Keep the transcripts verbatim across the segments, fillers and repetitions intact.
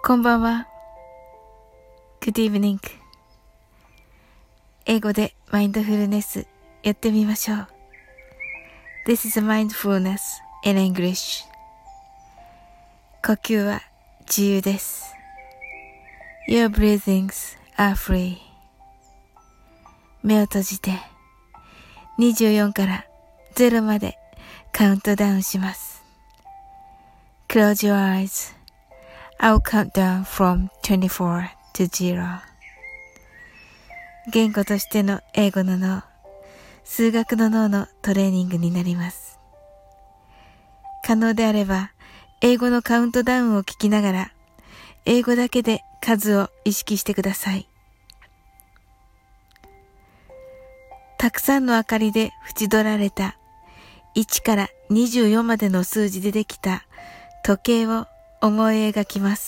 こんばんは。Good evening. 英語でマインドフルネスやってみましょう。This is mindfulness in English. 呼吸は自由です。Your breathings are free. 目を閉じてにじゅうよんからゼロまでカウントダウンします。Close your eyes.I'll count down from twenty-four to zero. 言語としての英語の脳、数学の脳のトレーニングになります。可能であれば、英語のカウントダウンを聞きながら、英語だけで数を意識してください。たくさんの明かりで縁取られたいちからにじゅうよんまでの数字でできた時計を思い描きます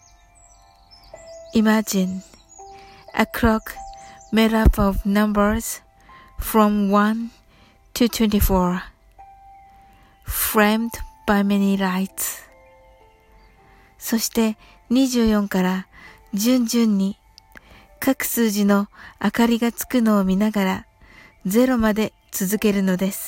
。Imagine a clock made up of numbers from one to twenty-four, framed by many lights. そしてにじゅうよんから順々に各数字の明かりがつくのを見ながらゼロまで続けるのです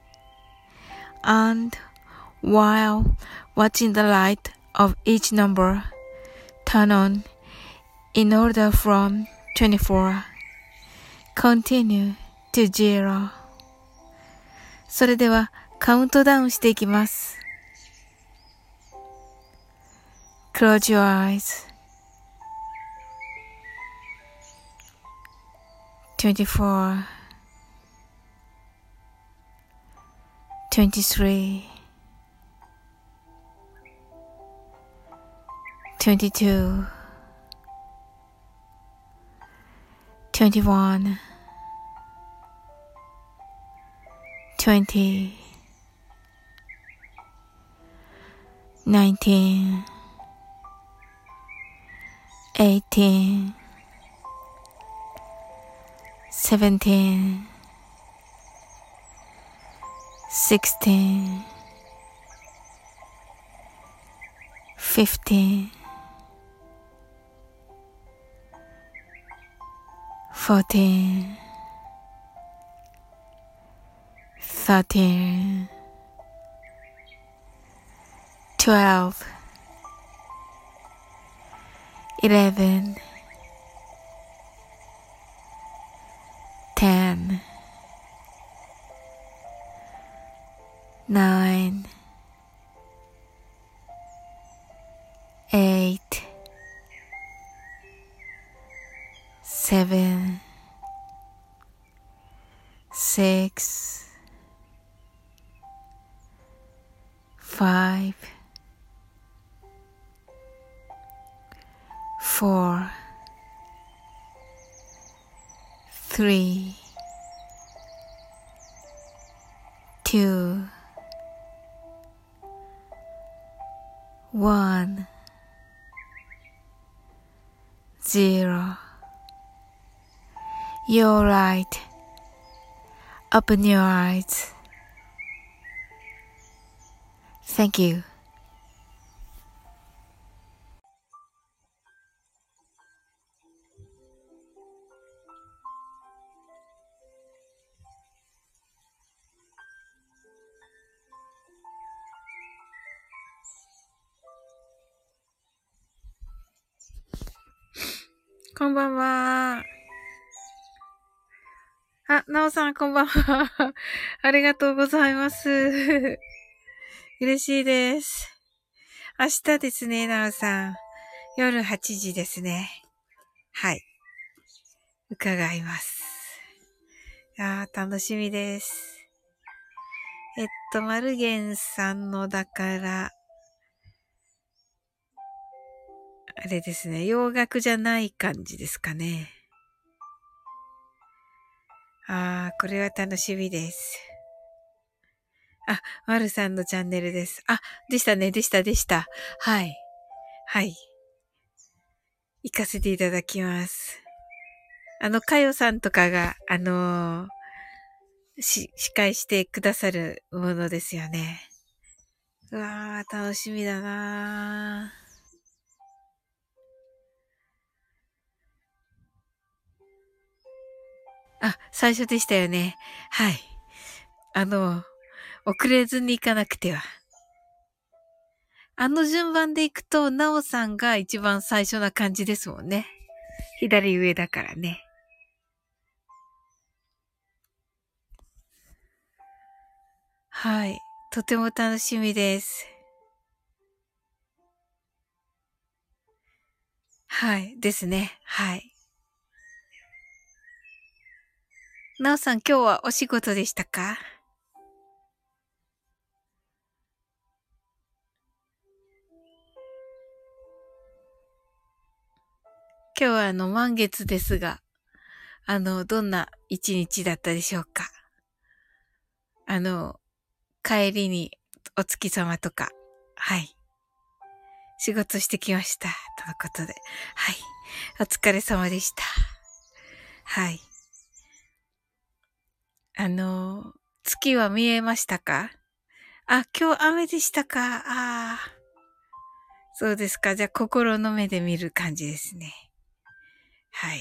。And while watching the light of each number turn on in order from twenty-four, continue to zero. それではカウントダウンしていきます。Close your eyes. twenty-four, twenty-three, twenty-two, twenty-one, twenty, nineteen, eighteen, seventeen, sixteen, fifteen.Fourteen, thirteen, twelve, eleven, ten, nine, eight, seven,Six, five, four, three, two, one, zero. You're right.Open your eyes. Thank you. こんばんは。あ、なおさんこんばんは。ありがとうございます。嬉しいです。明日ですね、なおさん。夜はちじですね。はい。伺います。あー、楽しみです。えっと、マルゲンさんのだから、あれですね、洋楽じゃない感じですかね。あー、これは楽しみです。あ、マルさんのチャンネルです。あ、でしたね、でした、でした。はい。はい。行かせていただきます。あの、かよさんとかが、あのー、し、司会してくださるものですよね。うわー、楽しみだなー。 あ、最初でしたよね。はい。あの、遅れずに行かなくては。あの順番で行くと、なおさんが一番最初な感じですもんね。左上だからね。はい。とても楽しみです。はい。ですね。はい。なおさん、今日はお仕事でしたか？今日はあの、満月ですが、あの、どんな一日だったでしょうか？あの、帰りにお月様とか、はい。仕事してきました。とのことで。はい。お疲れ様でした。はい。あの、月は見えましたか？あ、今日雨でしたか？ああ。そうですか。じゃあ、心の目で見る感じですね。はい。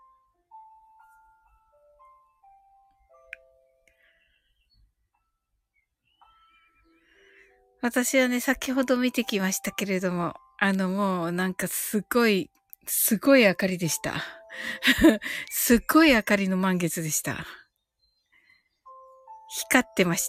私はね、先ほど見てきましたけれども、あの、もうなんかすごい、すごい明かりでした。すっごい明かりの満月でした。光ってました。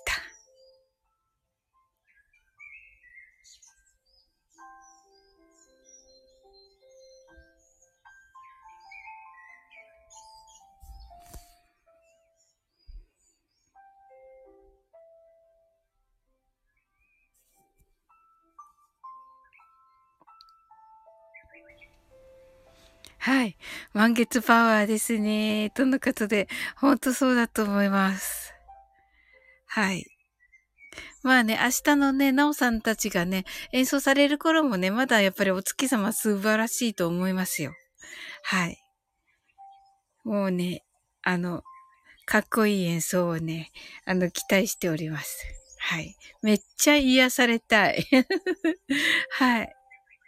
はい。満月パワーですね。とのことで、ほんとそうだと思います。はい。まあね、明日のね、なおさんたちがね、演奏される頃もね、まだやっぱりお月様素晴らしいと思いますよ。はい。もうね、あの、かっこいい演奏をね、あの、期待しております。はい。めっちゃ癒されたい。はい。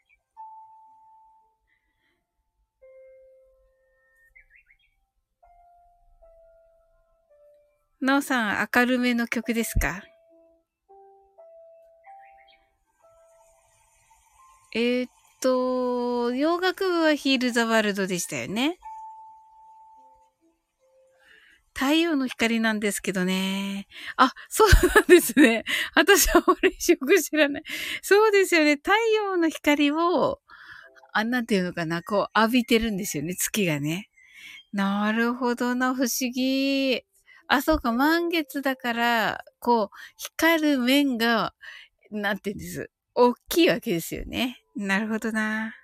なおさん、明るめの曲ですか？えーっと、洋楽部はヒール・ザ・ワールドでしたよね。太陽の光なんですけどね。あ、そうなんですね。私はあれよく知らない。そうですよね。太陽の光を、あ、なんていうのかな、こう浴びてるんですよね、月がね。なるほどな、不思議。あ、そうか、満月だから、こう、光る面が、なんていうんです。大きいわけですよね。なるほどな。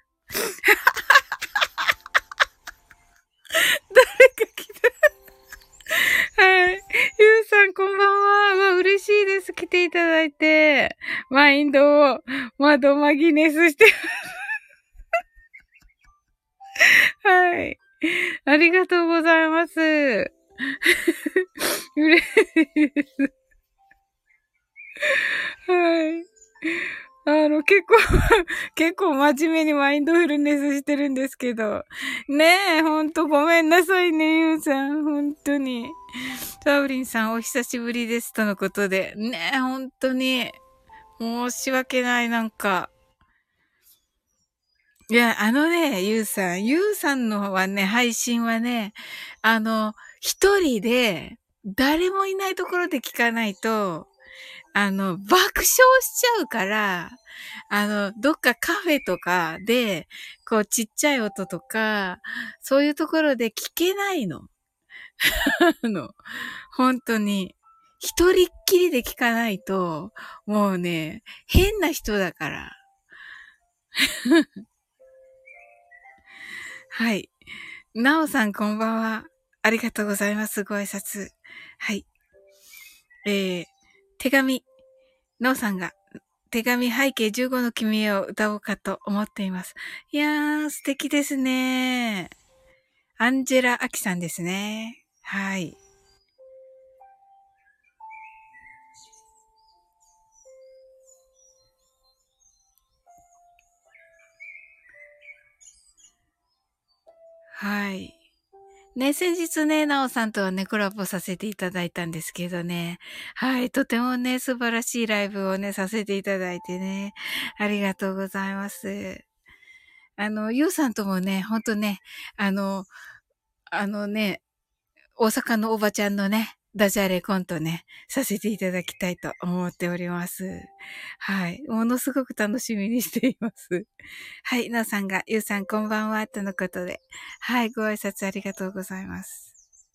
誰か来た。はい。ゆうさん、こんばんは。わ、嬉しいです。来ていただいて。マインドを、窓マギネスして。はい。ありがとうございます。嬉しいです。はい。あの、結構結構真面目にマインドフルネスしてるんですけど。ねえ、ほんとごめんなさいね、ゆうさん。ほんとに。サウリンさん、お久しぶりです。とのことで。ねえ、ほんとに。申し訳ない、なんか。いや、あのね、ゆうさん。ゆうさんのはね、配信はね、あの、一人で、誰もいないところで聞かないと、あの、爆笑しちゃうから、あの、どっかカフェとかで、こうちっちゃい音とか、そういうところで聞けないの。あの、本当に。一人っきりで聞かないと、もうね、変な人だから。はい。なおさんこんばんは。ありがとうございます。ご挨拶。はい。えー、手紙、なおさんが手紙背景じゅうごの君へを歌おうかと思っています。いやー、素敵ですね。アンジェラ・アキさんですね。はい。はい。 ね、先日ね、なおさんとはね、コラボさせていただいたんですけどね。はい、とてもね、素晴らしいライブをね、させていただいてね。ありがとうございます。あの、ゆうさんともね、ほんとね、あの、あのね、大阪のおばちゃんのね、ダジャレコントね、させていただきたいと思っております。はい。ものすごく楽しみにしています。はい。なおさんが、ゆうさんこんばんは、とのことで。はい。ご挨拶ありがとうございます。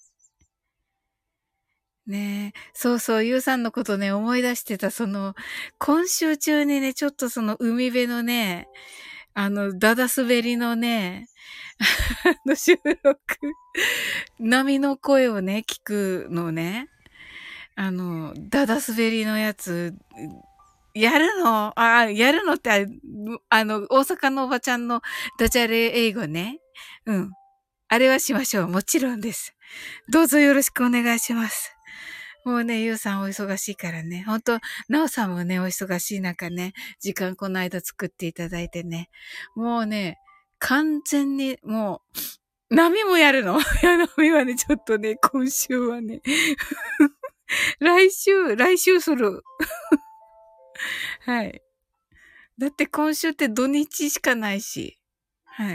ねえ。そうそう、ゆうさんのことね、思い出してた、その、今週中にね、ちょっとその海辺のね、あの、だだ滑りのね、あの収録、波の声をね、聞くのね、あの、だだ滑りのやつ、やるのああ、やるのって、ああの、大阪のおばちゃんのダジャレ英語ね。うん。あれはしましょう。もちろんです。どうぞよろしくお願いします。もうね、ゆうさんお忙しいからね。ほんと、なおさんもね、お忙しい中ね、時間この間作っていただいてね。もうね、完全に、もう、波もやるのいや、波はね、ちょっとね、今週はね。来週、来週する。はい。だって今週って土日しかないし。はい。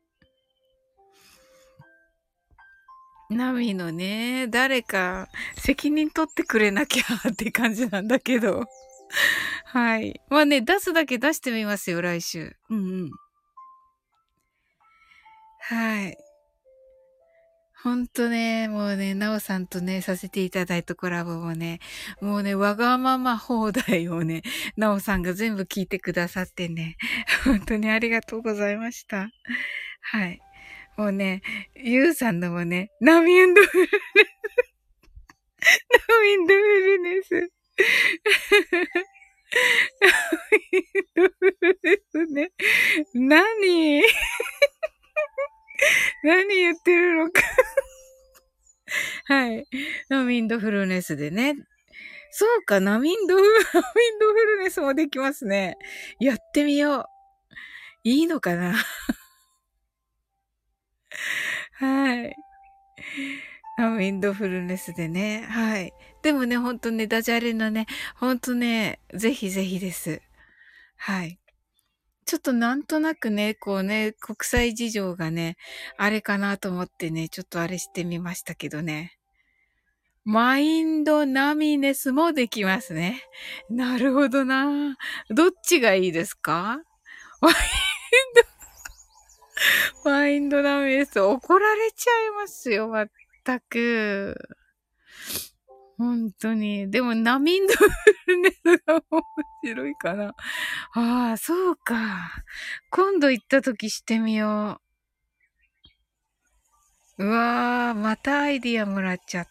ナミのね、誰か責任取ってくれなきゃって感じなんだけど。はい。まあね、出すだけ出してみますよ、来週。うんうん。はい。ほんとね、もうね、なおさんとね、させていただいたコラボもね、もうね、わがまま放題をね、なおさんが全部聞いてくださってね、本当にありがとうございました。はい。もうね、ゆうさんのもね、ナミンドフル、ナミンドフルネス。ナミンドフルネスね。何何言ってるのかはい。ナミンドフルネスでね。そうか、ナミンドフ、ナミンドフルネスもできますね。やってみよう。いいのかなはい。ナミンドフルネスでね。はい。でもね、ほんとね、ダジャレのね、ほんとね、ぜひぜひです。はい。ちょっとなんとなくね、こうね、国際事情がね、あれかなと思ってね、ちょっとあれしてみましたけどね。マインドナミネスもできますね。なるほどな。どっちがいいですか？マインド、マインドナミネス怒られちゃいますよ、まったく。本当に。でも、ナミンドフルネスが面白いかな。ああ、そうか。今度行った時してみよう。うわー、またアイディアもらっちゃった。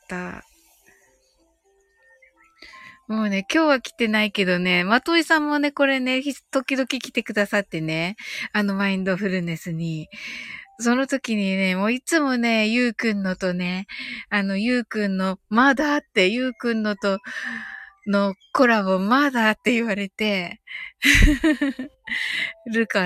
もうね、今日は来てないけどね、まといさんもね、これね、ひ時々来てくださってね、あのマインドフルネスに。その時にね、もういつもね、ゆうくんのとね、あの、ゆうくんの、まだって、ゆうくんのと、のコラボまだって言われてるから、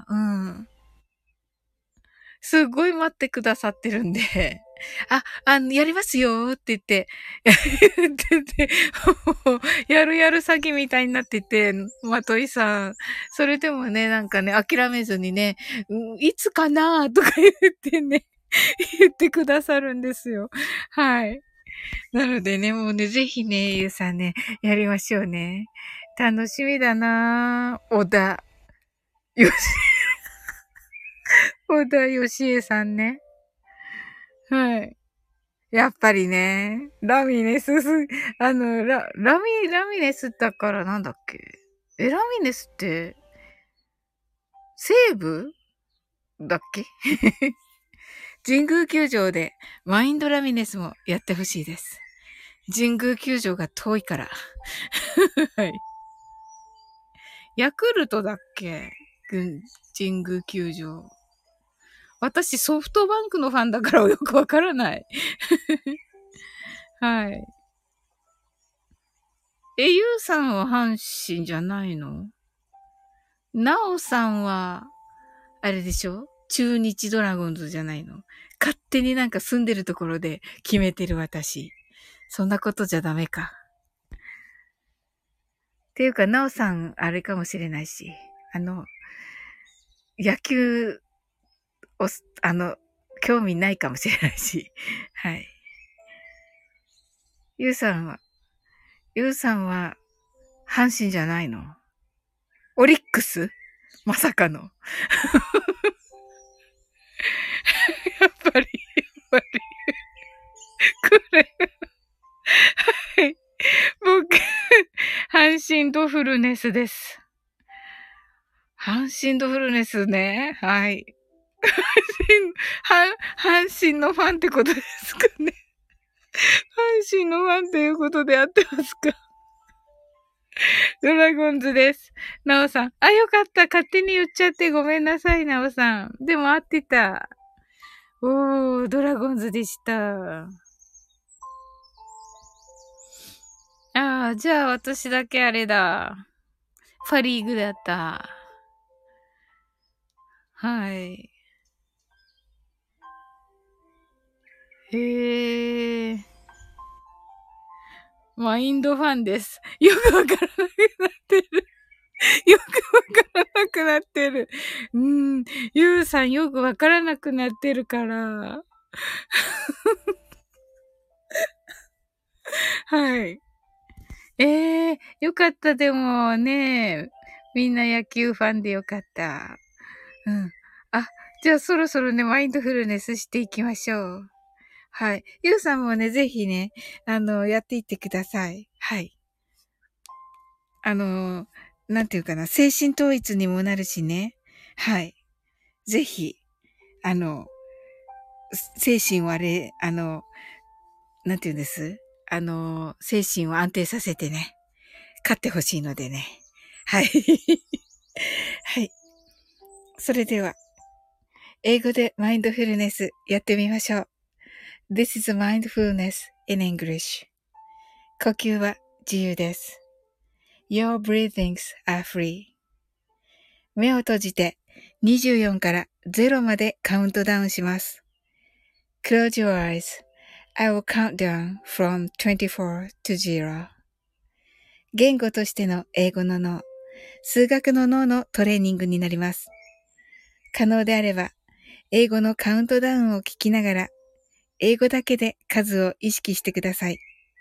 うん。すっごい待ってくださってるんで、あ、あの、やりますよって言って、言ってて、もうやるやる詐欺みたいになってて、まといさん。それでもね、なんかね、諦めずにね、うんいつかなとか言ってね、言ってくださるんですよ。はい。なのでね、もうね、ぜひね、ゆうさんね、やりましょうね。楽しみだなぁ。小田、よし、小田よしえさんね。はい。やっぱりね、ラミネスす、あの、ラ、ラミ、ラミネスだからなんだっけえ、ラミネスって、西部だっけ神宮球場でマインドラミネスもやってほしいです。神宮球場が遠いから。はい。ヤクルトだっけ神宮球場。私ソフトバンクのファンだからよくわからない。はい。え、ゆうさんは阪神じゃないの？なおさんは、あれでしょ？ 中日ドラゴンズじゃないの。勝手になんか住んでるところで決めてる私。そんなことじゃダメか。っていうか、なおさん、あれかもしれないし。あの、野球を、あの、興味ないかもしれないし。はい。ゆうさんは、ゆうさんは、阪神じゃないの？オリックス？まさかの。やっぱり、やっぱり。これ、はい。僕、阪神ドフルネスです。阪神ドフルネスね。はい。阪神のファンってことですかね。阪神のファンっていうことで合ってますか？ドラゴンズです。なおさん。あ、よかった。勝手に言っちゃってごめんなさい、なおさん。でも合ってた。おー、ドラゴンズでした。ああ、じゃあ私だけあれだ。ファリーグだった。はい。へえ。マインドファンです。よくわからなくなってる。よくわからなくなってる。うん。ゆうさんよくわからなくなってるから。はい。ええー、よかった。でもね、みんな野球ファンでよかった。うん。あ、じゃあそろそろね、マインドフルネスしていきましょう。はい。ゆうさんもね、ぜひね、あの、やっていってください。はい。あの、なんていうかな、精神統一にもなるしね。はい。ぜひ、あの、精神をあれ、あの、なんていうんですあの、精神を安定させてね、勝ってほしいのでね。はい。はい。それでは、英語でマインドフルネスやってみましょう。This is mindfulness in English. 呼吸は自由です。Your breathings are free. 目を閉じてにじゅうよんからゼロまでカウントダウンします。Close your eyes.I will count down from twenty-four to zero. 言語としての英語の脳、数学の脳のトレーニングになります。可能であれば、英語のカウントダウンを聞きながら、英語だけで数を意識してください。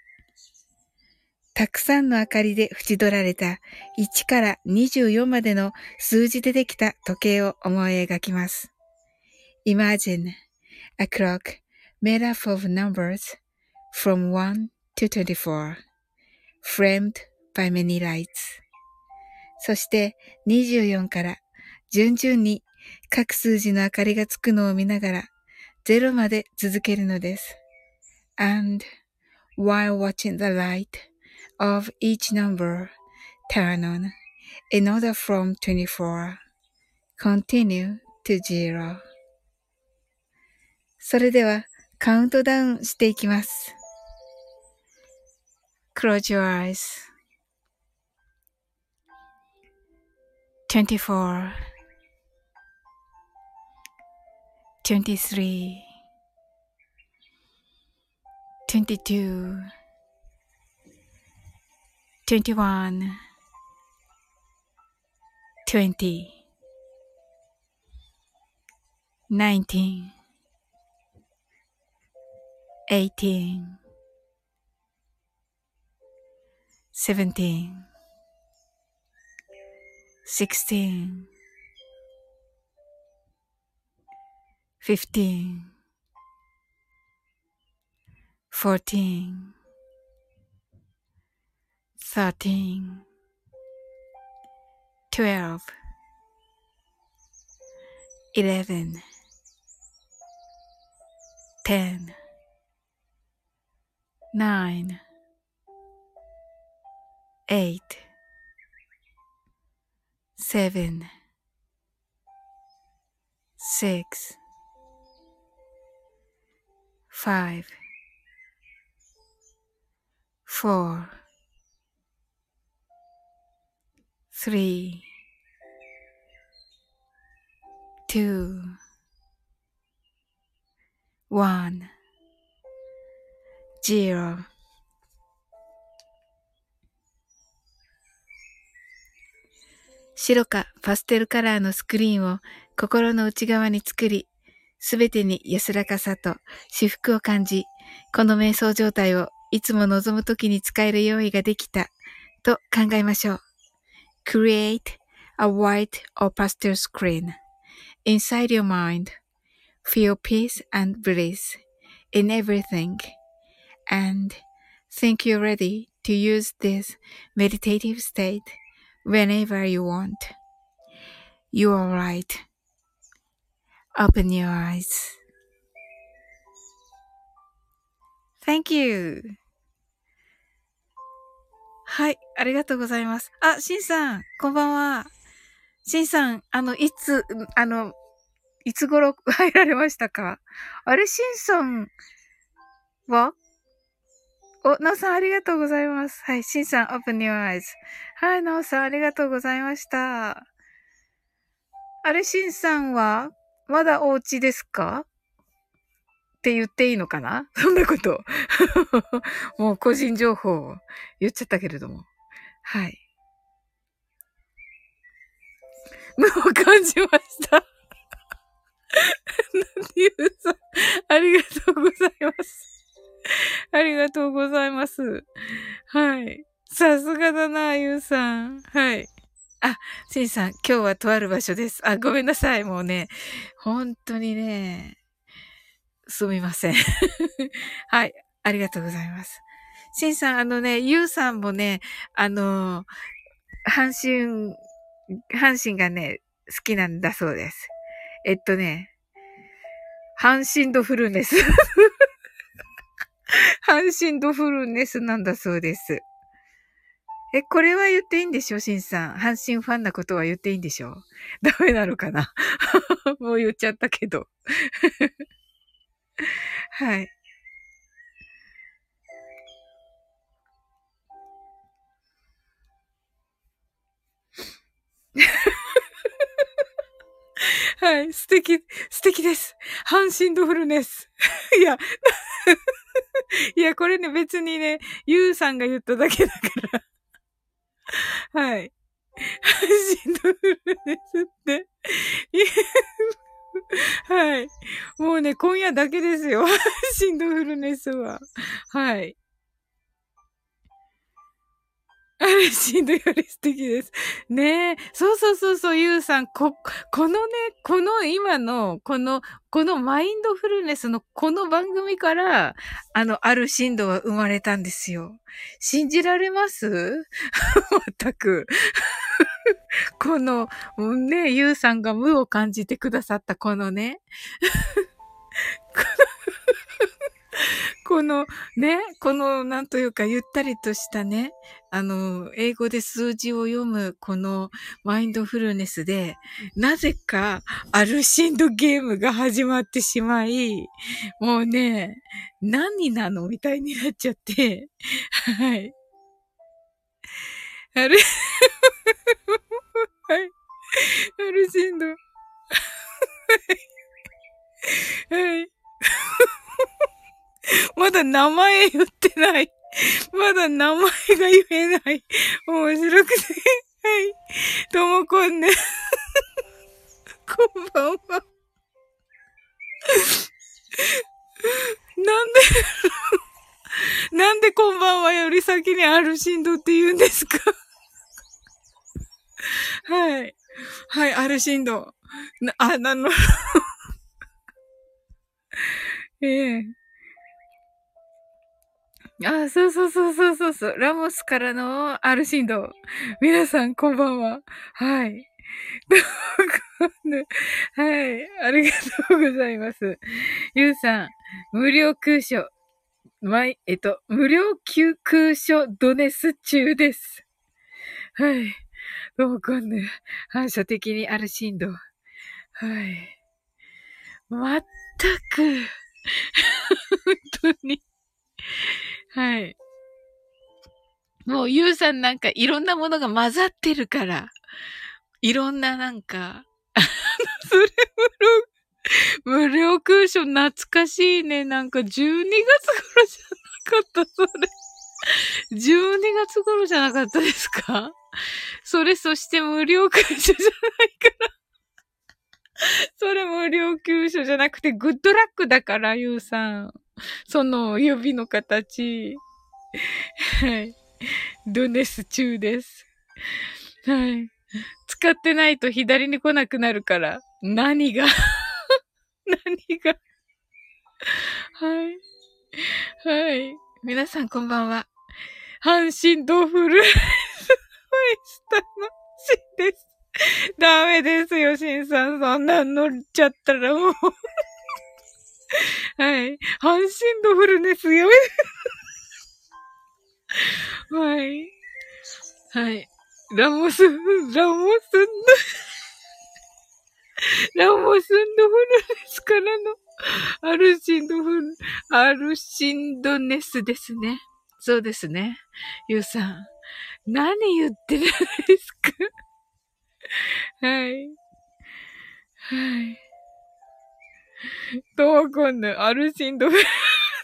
たくさんの明かりで縁取られたいちからにじゅうよんまでの数字でできた時計を思い描きます。Imagine a clock made up of numbers from one to twenty-four, framed by many lights. そしてにじゅうよんから順々に各数字の明かりがつくのを見ながらゼロまで続けるのです。And while watching the light of each number turn on in order from twenty-four, continue to zero. それではカウントダウンしていきます。Close your eyes. twenty-four, twenty-three, twenty-two, twenty-one, twenty, nineteen, eighteen, seventeen, sixteen, fifteen, fourteen, thirteen, twelve, eleven, ten, nine, eight, seven, six, five, four, three, two, one, zero。白かパステルカラーのスクリーンを心の内側に作り、すべてに安らかさと至福を感じ、この瞑想状態をいつも望むときに使える用意ができたと考えましょう。Create a white or pastel screen inside your mind. Feel peace and bliss in everything and think you're ready to use this meditative state whenever you want. You are right. Open your eyes. Thank you. はい、ありがとうございます。あ、しんさん、こんばんは。しんさん、あの、いつ、あの、いつ頃入られましたか？あれ、しんさんはお、なおさんありがとうございます。はい、しんさん、open your eyes. はい、なおさんありがとうございました。あれ、しんさんはまだお家ですか？って言っていいのかな？そんなこと。もう個人情報を言っちゃったけれども。はい。無を感じました。なんていうさ、ありがとうございます。ありがとうございます。はい。さすがだな、ゆうさん。はい。あ、しんさん、今日はとある場所です。あ、ごめんなさい。もうね、本当にね、すみません。はい。ありがとうございます。しんさん、あのね、ゆうさんもね、あの、阪神、阪神がね、好きなんだそうです。えっとね、阪神ドフルネス。阪神ドフルネスなんだそうです。え、これは言っていいんでしょ、しんさん。阪神ファンなことは言っていいんでしょ？ダメなのかな？もう言っちゃったけど。はい。はい。素敵、素敵です。阪神ドフルネス。いや、いや、これね、別にね、ゆうさんが言っただけだから。はい。阪神ドフルネスって。はい。もうね、今夜だけですよ。阪神ドフルネスは。はい。あれ、しんどいより素敵です。ねえ。そうそうそうそう、ゆうさん、こ、このね、この今の、この、このマインドフルネスのこの番組から、あの、ある振動は生まれたんですよ。信じられます？全く。この、ね、ゆうさんが無を感じてくださったこのね、このね、このなんというかゆったりとしたね、あの、英語で数字を読むこのマインドフルネスで、なぜかアルシンドゲームが始まってしまい、もうね、何なのみたいになっちゃって、はい。アル、はい。アルシンド。はい。まだ名前言ってない。まだ名前が言えない。面白くて。はい。ともこんね。こんばんは。なんで、なんでこんばんはより先にアルシンドって言うんですか？はい。はい、アルシンド。な、あ、なの、ええあ、そうそうそうそうそうそう。ラモスからのアルシンド。皆さん、こんばんは。はい。はい。ありがとうございます。ゆうさん、無料空所、まい、えっと、無料級空所ドネス中です。はい。どうもこんね。反射的にアルシンド。はい。まったく、本当に。はい。もう、ゆうさんなんかいろんなものが混ざってるから。いろんななんか、それも無料空所懐かしいね。なんかじゅうにがつ頃じゃなかった、それ。じゅうにがつ頃じゃなかったですか？それ、そして無料空所じゃないから。それ無料空所じゃなくて、グッドラックだから、ゆうさん。その指の形。はい。ドネス中です。はい。使ってないと左に来なくなるから。何が何がはい。はい。皆さんこんばんは。阪神ドフルスタのシンです。ダメですよ、シンさん。そんなん乗っちゃったらもう。はい。阪神ドフルネスやめ。はい。はい。ラモス、ラモスンド、ラモスンドフルネスからの、アルシンドフル、アルシンドネスですね。そうですね。ゆうさん。何言ってるんですか？はい。はい。とわかんない。アルシンドフル、ど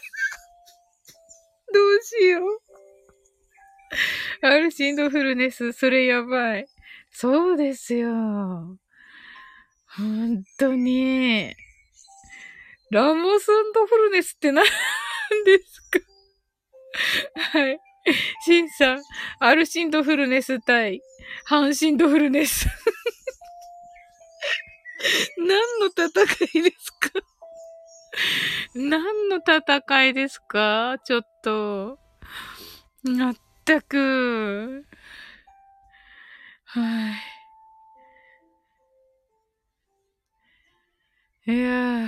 うしよう。アルシンドフルネス、それやばい。そうですよ。本当に。ラモスンドフルネスって何ですか？はい。シンさん、アルシンドフルネス対、ハンシンドフルネス。何の戦いですか？何の戦いですか？ちょっと。まったく。はい。いやー、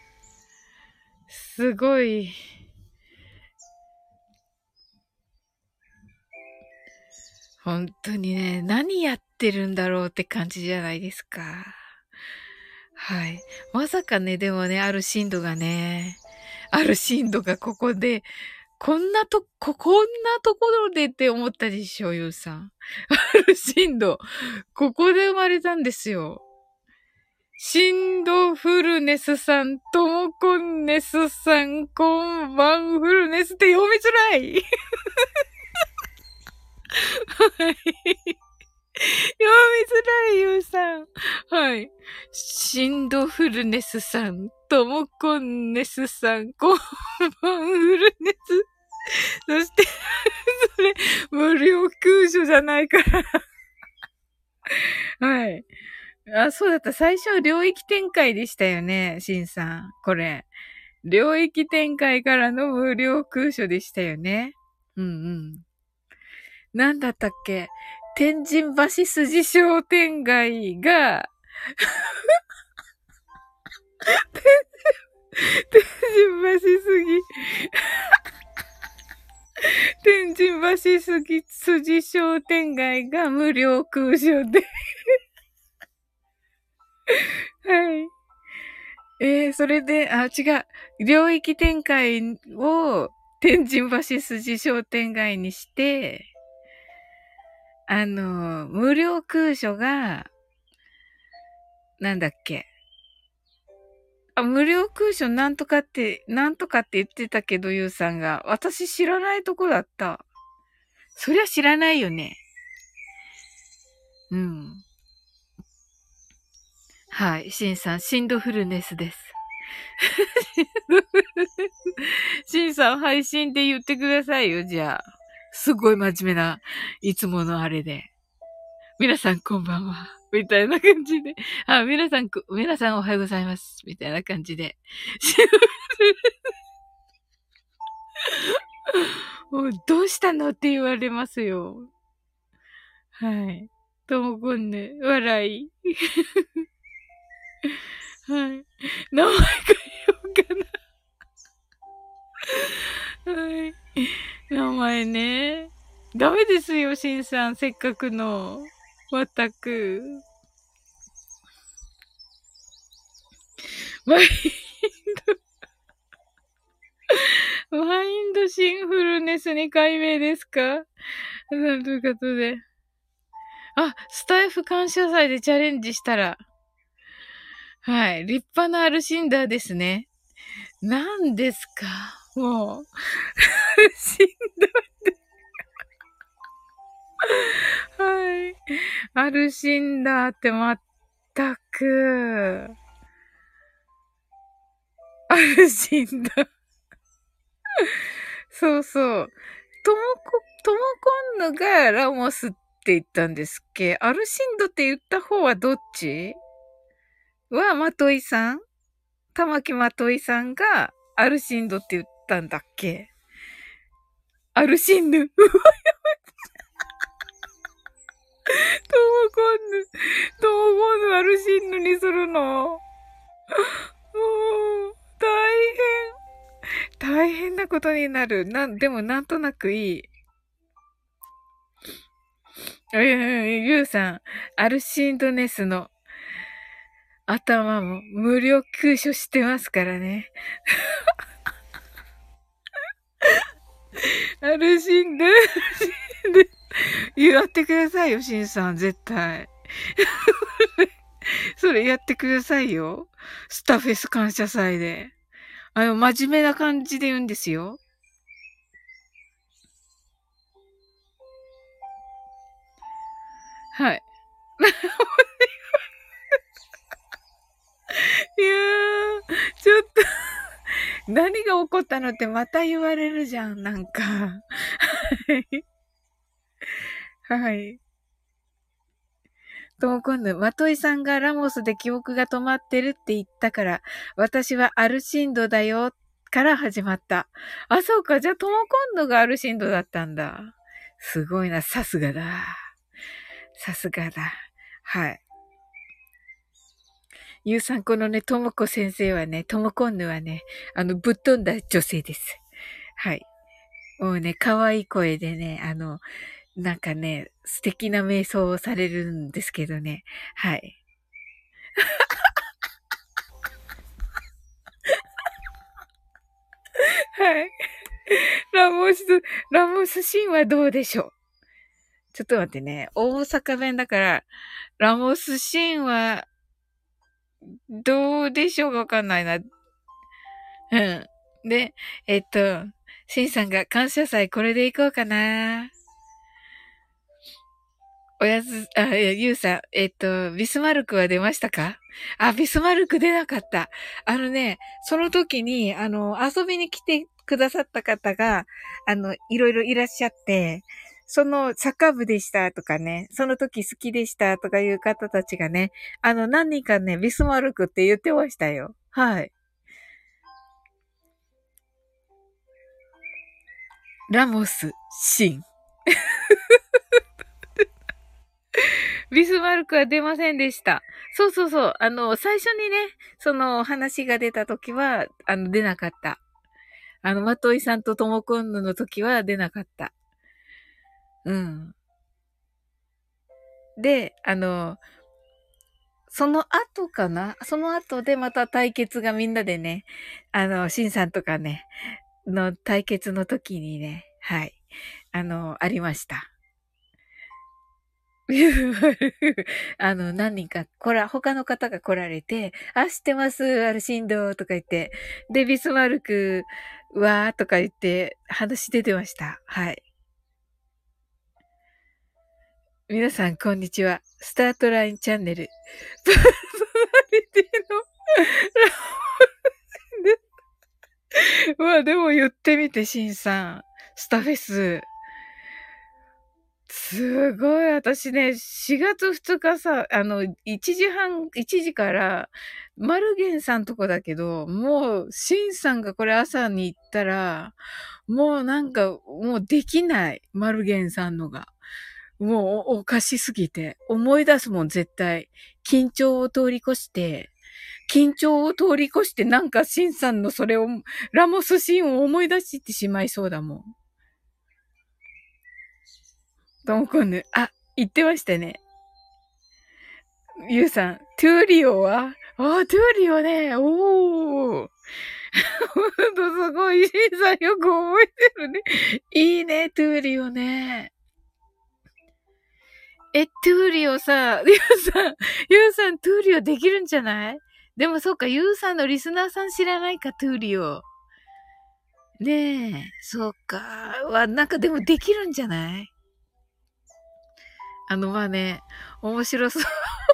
すごい。本当にね、何やってるんだろうって感じじゃないですか。はい。まさかね、でもね、ある震度がね、ある震度がここで、こんなと、こ、こんなところでって思ったでしょ、ゆうさん。ある震度。ここで生まれたんですよ。シンドフルネスさん、トモコンネスさん、こんばんフルネスって読みづらい。はい。読みづらい、ゆうさん。はい。シンドフルネスさん、トモコンネスさん、こんばんフルネス。そして、それ、無料空所じゃないから。はい。あ、そうだった。最初は領域展開でしたよね、シンさん。これ。領域展開からの無料空所でしたよね。うんうん。なんだったっけ？天神橋筋商店街が、天神橋筋、天神橋筋筋商店街が無料空所で。はい。えー、それで、あ、違う。領域展開を天神橋筋商店街にして、あの、無料空所が、なんだっけ。あ、無料空所なんとかって、なんとかって言ってたけど、ゆうさんが。私知らないとこだった。そりゃ知らないよね。うん。はい。シンさん、シンドフルネスです。シンさん、配信で言ってくださいよ、じゃあ。すごい真面目な、いつものあれで。皆さんこんばんは。みたいな感じで。あ、皆さん、皆さんおはようございます。みたいな感じで。もうどうしたのって言われますよ。はい。ともこんね、笑い。はい。名前変えようかな。はい。名前ね。ダメですよ、しんさん。せっかくの。まったく。マインド、マインドシンフルネスに改名ですか？ということで。あ、スタイフ感謝祭でチャレンジしたら。 はい。立派なアルシンダーですね。何ですかもう。アルシンダー。はい。アルシンダーってまったく。アルシンダー。そうそう。ともこ、ともこんぬがラモスって言ったんですっけ？アルシンドって言った方はどっちは、まといさん玉木まといさんがアルシンドって言ったんだっけ？アルシンヌ。ともこんぬ。ともこんぬアルシンヌにするの。もう、大変。大変なことになる。なん、でもなんとなくいい。えー、ゆうさん、アルシンドネスの頭も無料空所してますからね。アルシンド、やってくださいよ、シンさん、絶対。それやってくださいよ。スタフェス感謝祭で。あの、真面目な感じで言うんですよ。はい。いやー、ちょっと何が起こったのってまた言われるじゃん、なんか。はい。はい。とも今度、まといさんがラモスで記憶が止まってるって言ったから、私はアルシンドだよ、から始まった。あ、そうか。じゃあ、とも今度がアルシンドだったんだ。すごいな。さすがだ。さすがだ。はい。ゆうさん、このね、ともこ先生はね、ともこんぬはね、あの、ぶっ飛んだ女性です。はい。もうね、可愛い声でね、あの、なんかね、素敵な瞑想をされるんですけどね。はい。はい。ラモス、ラモスシーンはどうでしょう？ちょっと待ってね。大阪弁だから、ラモスシーンはどうでしょうかわかんないな。うん。で、えっと、シンさんが感謝祭これでいこうかな。おやす、あ、いや、ゆうさん、えっと、ビスマルクは出ましたか？あ、ビスマルク出なかった。あのね、その時に、あの、遊びに来てくださった方が、あの、いろいろいらっしゃって、その、サッカー部でしたとかね、その時好きでしたとかいう方たちがね、あの、何人かね、ビスマルクって言ってましたよ。はい。ラモス、シン。ビスマルクは出ませんでした。そうそうそう。あの、最初にね、その話が出た時は、あの、出なかった。あの、まといさんとともこんぬの時は出なかった。うん。で、あの、その後かなその後でまた対決がみんなでね、あの、シンさんとかね、の対決の時にね、はい。あの、ありました。あの、何人か、こら、他の方が来られて、あ、知ってます、アルシンドとか言って、で、ビスマルクは、とか言って、話出てました。はい。皆さん、こんにちは。スタートラインチャンネル。パーソナリティのラオで、まあ、でも言ってみて、シンさん。スタフェス。すごい、私ね、しがつふつかさ、あの、いちじはん、いちじから、マルゲンさんとこだけど、もう、シンさんがこれ朝に行ったら、もうなんか、もうできない。マルゲンさんのが。もうおかしすぎて。思い出すもん、絶対。緊張を通り越して、緊張を通り越して、なんかシンさんのそれを、ラモスシーンを思い出してしまいそうだもん。ともこんぬ。あ、言ってましたね。ゆうさん、トゥーリオはあ、トゥーリオね。おー。ほんとすごい、シンさんよく覚えてるね。いいね、トゥーリオね。え、トゥーリオさ、ゆうさん、ゆうさん、トゥーリオできるんじゃない？ でもそうか、ゆうさんのリスナーさん知らないか、トゥーリオ。ねえ、そうか。は、なんかでもできるんじゃない？あの、まあね、面白そう。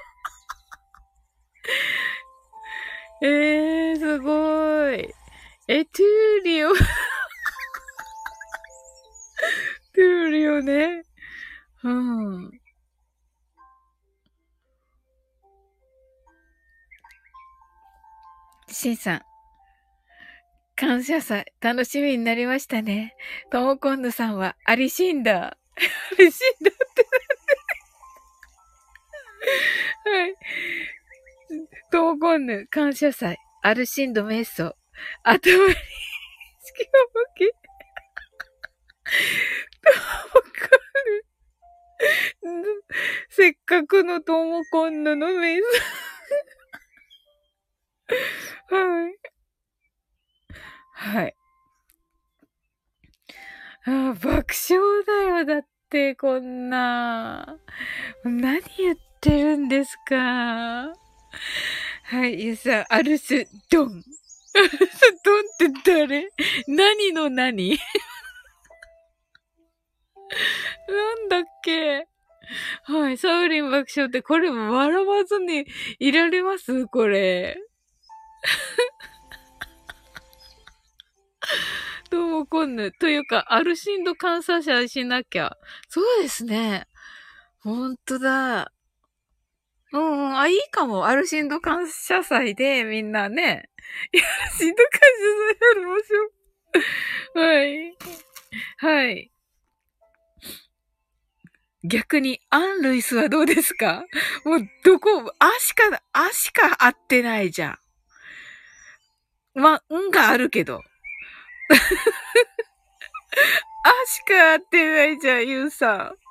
えー、すごい。え、トゥーリオ。トゥーリオね。うん。シンさん、感謝祭、楽しみになりましたね。ともこんぬさんは、アリシンダー。アリシンダーって、はい。ともこんぬ、感謝祭、アルシンド瞑想、頭に、式を向き、ともこんぬ、せっかくのともこんぬの瞑想。はい。はい。ああ、爆笑だよ。だって、こんな。何言ってるんですか。はい、ゆうさん、アルス、ドン。アルス、ドンって誰？何の何？なんだっけ。はい、サウリン爆笑って、これ笑わずにいられますこれ。どうもこんぬ。というか、アルシンド感謝者しなきゃ。そうですね。ほんとだ。うんうん、あ、いいかも。アルシンド感謝祭でみんなね。アルシンド感謝祭やりましょう。はい。はい。逆に、アン・ルイスはどうですか？もう、どこ、あしか、あしか合ってないじゃん。ま、んがあるけど。あしか合ってないじゃん、ユウさん。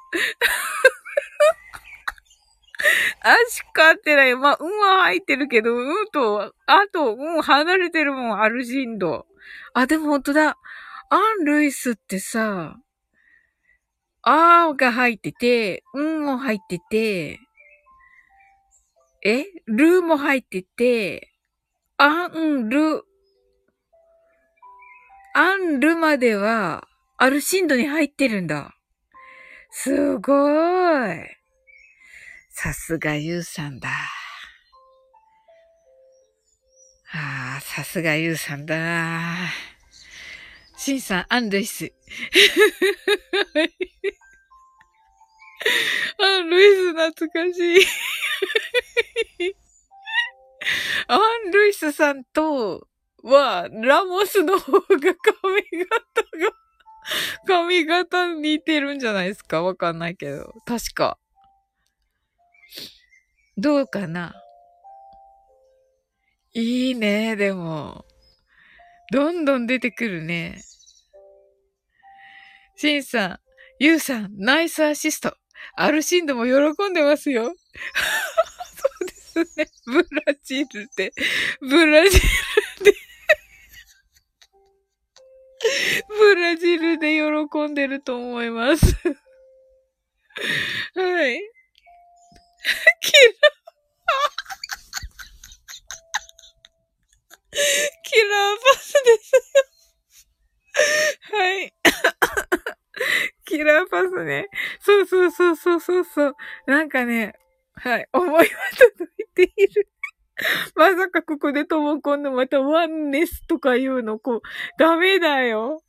あしか合ってない。まあ、んは入ってるけど、うんと、あと、うん離れてるもん、アルシンド。あ、でもほんとだ。アン・ルイスってさ、あーが入ってて、うんも入ってて、えルーも入ってて、アン、ル、アン、ルまでは、アルシンドに入ってるんだ。すごーい。さすがユウさんだ。ああ、さすがユウさんだな。シンさん、アン・ルイス。アン・ルイス懐かしい。アン・ルイスさんとは、ラモスの方が髪型が、髪型似てるんじゃないですか？わかんないけど。確か。どうかないいね、でも。どんどん出てくるね。シンさん、ユウさん、ナイスアシスト。アルシンドも喜んでますよ。そうですね。ブラジルで、ブラジルで、ブラジルで喜んでると思います。はい。キラ、キラーパスですよ。はい。キラーパスね。そうそうそうそうそうそう。なんかね、はい。思いは届いている。まさかここでともこんのまたワンネスとか言うの、こう、ダメだよ。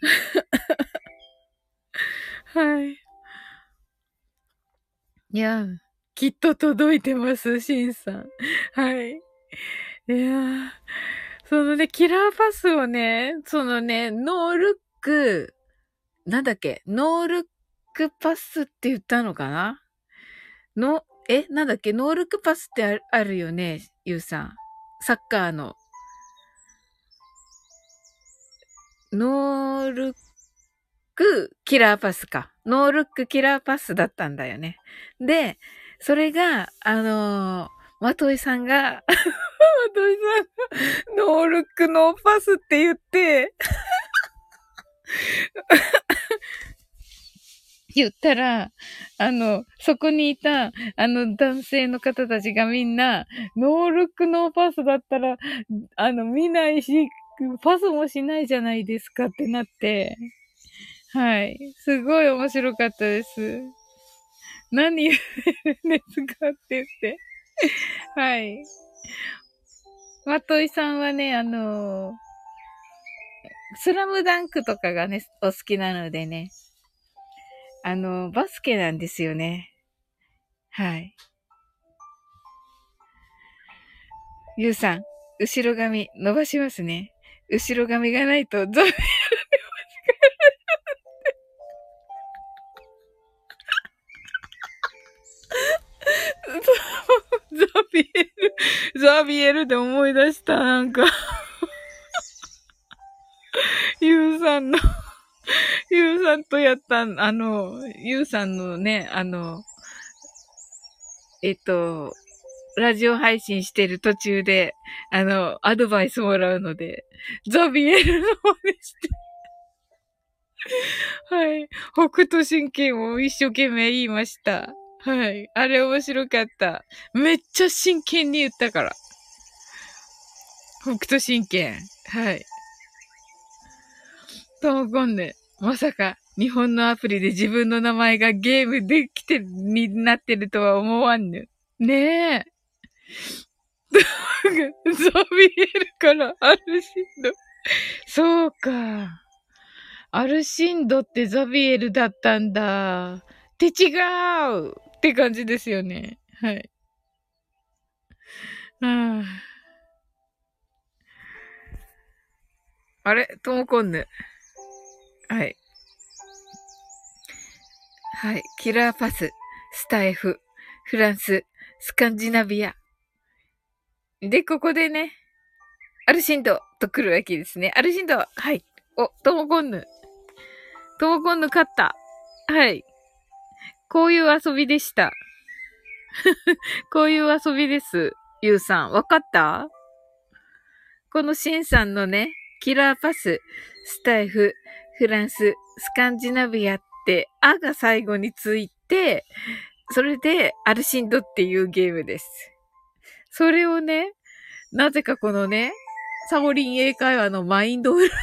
はい。いや、きっと届いてます、シンさん。はい。いやー、そのね、キラーパスをね、そのね、ノールック、なんだっけ、ノールックパスって言ったのかなの、え、なんだっけ、ノールックパスってあるあるよね、ゆうさん。サッカーの。ノールックキラーパスか。ノールックキラーパスだったんだよね。で、それが、あのー、まといさんが、まといさんが、ノールックノーパスって言って、 言ったら、あの、そこにいた、あの、男性の方たちがみんな、ノールックノーパスだったら、あの、見ないし、パスもしないじゃないですかってなって、はい。すごい面白かったです。何言ってるんですかって言って。はい。まといさんはね、あの、スラムダンクとかがね、お好きなのでね、あの、バスケなんですよね。はい。ゆうさん、後ろ髪伸ばしますね。後ろ髪がないとゾンビ、ザビエル、ザビエルで思い出した、なんか、ゆうさんの、ゆうさんとやった、あの、ゆうさんのね、あの、えっと、ラジオ配信してる途中で、あの、アドバイスもらうので、ザビエルの方でして、はい。北斗神拳を一生懸命言いました。はい。あれ面白かった。めっちゃ真剣に言ったから。北斗神拳。はい。ともこんね。まさか、日本のアプリで自分の名前がゲームできてる、になってるとは思わんぬ。ねえ。ザビエルからアルシンド。そうか。アルシンドってザビエルだったんだ。って違うって感じですよね。はい。ああれともこんぬ。はい。はい。キラーパス、スタエフ、フランス、スカンジナビア。で、ここでね、アルシンドと来るわけですね。アルシンドはい。お、ともこんぬ。ともこんぬ勝った。はい。こういう遊びでした。こういう遊びです。ゆうさん。わかった？このシンさんのね、キラーパス、スタイフ、フランス、スカンジナビアって、あが最後について、それで、アルシンドっていうゲームです。それをね、なぜかこのね、サオリン英会話のマインドフルネ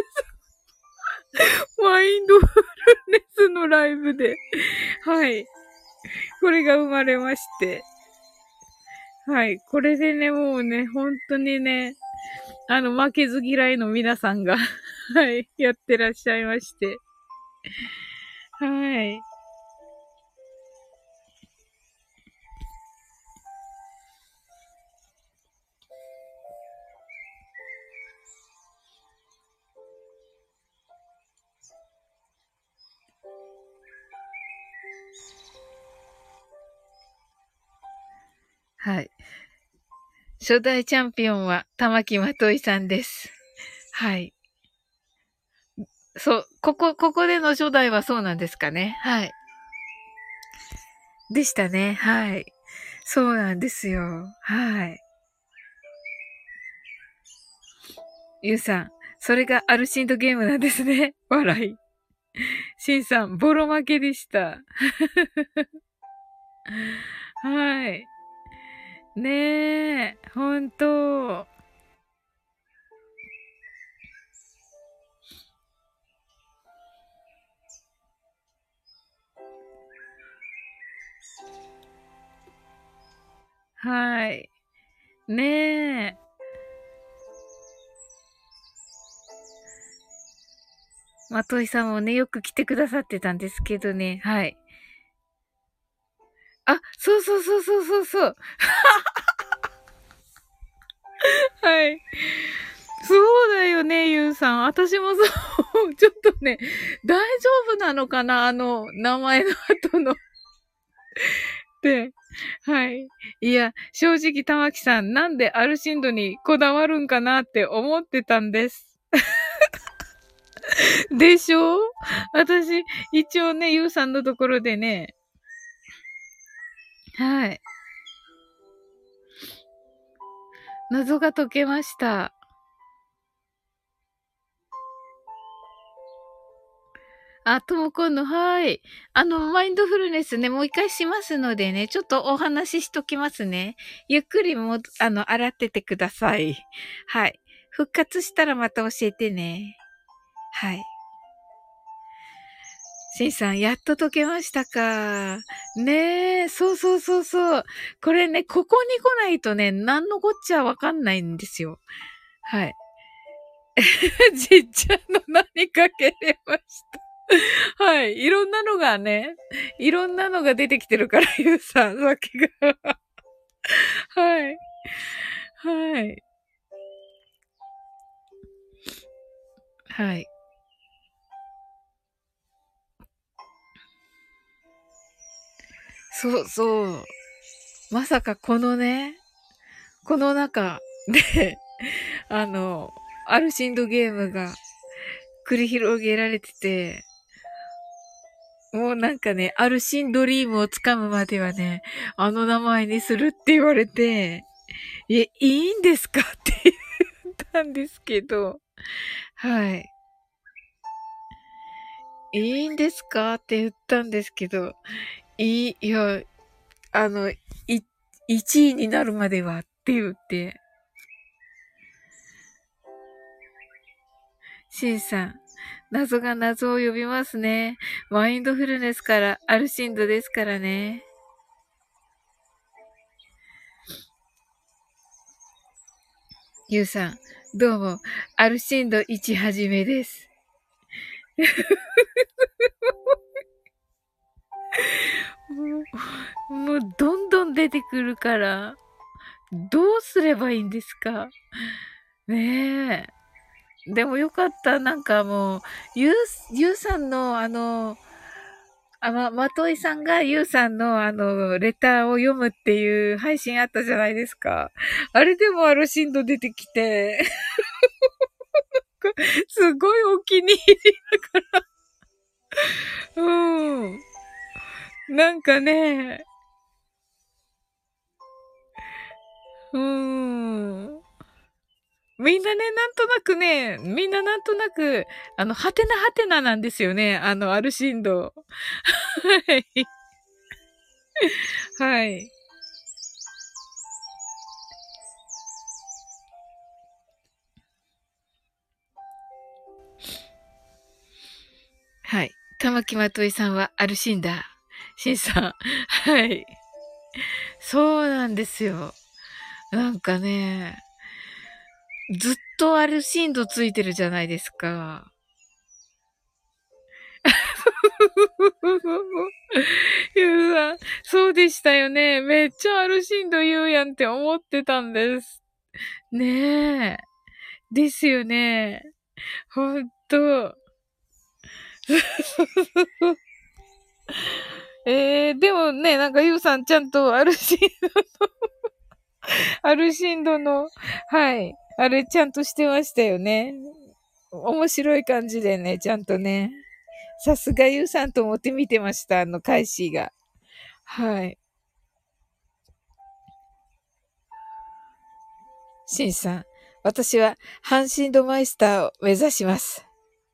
ス、マインドフルネスのライブで、はい。これが生まれまして、はい。これでね、もうね、本当にね、あの、負けず嫌いの皆さんがはい、やってらっしゃいまして。はい。はい。初代チャンピオンは玉木まといさんです。はい。そう、ここ、ここでの初代はそうなんですかね。はい。でしたね。はい。そうなんですよ。はい。ゆうさん、それがアルシンドゲームなんですね。笑い。しんさん、ボロ負けでした。はい。ねえ、ほんと。はい。ねえ。まといさんもね、よく来てくださってたんですけどね。はい。あ、そうそうそうそうそうそう。はい。そうだよね、ゆうさん。私もそう、ちょっとね、大丈夫なのかなあの、名前の後ので、はい。いや、正直、玉木さん、なんでアルシンドにこだわるんかなって思ってたんです。でしょ？私、一応ね、ゆうさんのところでね、はい。謎が解けました。 あ、ともこんの、はい。あの、マインドフルネスね、もう一回しますのでね、ちょっとお話ししときますね。ゆっくりも、あの、洗っててください。はい。復活したらまた教えてね。はい。しんさん、やっと解けましたか。ねえ、そうそうそうそう。これね、ここに来ないとね、何のこっちゃわかんないんですよ。はい。じっちゃんの何かけれました。はい。いろんなのがね、いろんなのが出てきてるから、ゆうさん、さっきから。はい。はい。はい。そうそう。まさかこのね、この中で、あの、アルシンドゲームが繰り広げられてて、もうなんかね、アルシンドリームをつかむまではね、あの名前にするって言われて、え、いいんですかって言ったんですけど、はい。いいんですかって言ったんですけど、いい、いや、あの、い、いちいになるまではって言って、シンさん、謎が謎を呼びますね。マインドフルネスからアルシンドですからね。ユウさん、どうも、アルシンドいちはじめです。もう、もうどんどん出てくるから、どうすればいいんですかねえ。でもよかった。なんかもう、ゆう、ゆうさんのあの、あ、ま、まといさんがゆうさんのあの、レターを読むっていう配信あったじゃないですか。あれでもアルシンド出てきて、すごいお気に入りだから。うん。なんかね、うーん。みんなね、なんとなくね、みんななんとなく、あの、はてなはてななんですよね。あの、アルシンド。はい。はい。はい。玉木まといさんはアルシンダー。シンさん。はい。そうなんですよ。なんかね、ずっとアルシンドついてるじゃないですか。ゆうさん、そうでしたよね。めっちゃアルシンド言うやんって思ってたんです。ねえ。ですよね。ほんと。えー、でもね、なんかゆうさんちゃんとアルシンド、アルシンドの、はい。あれちゃんとしてましたよね。面白い感じでね、ちゃんとね。さすがゆうさんと思って見てました、あの、開始が。はい。しんさん。私は、ハンシンドマイスターを目指します。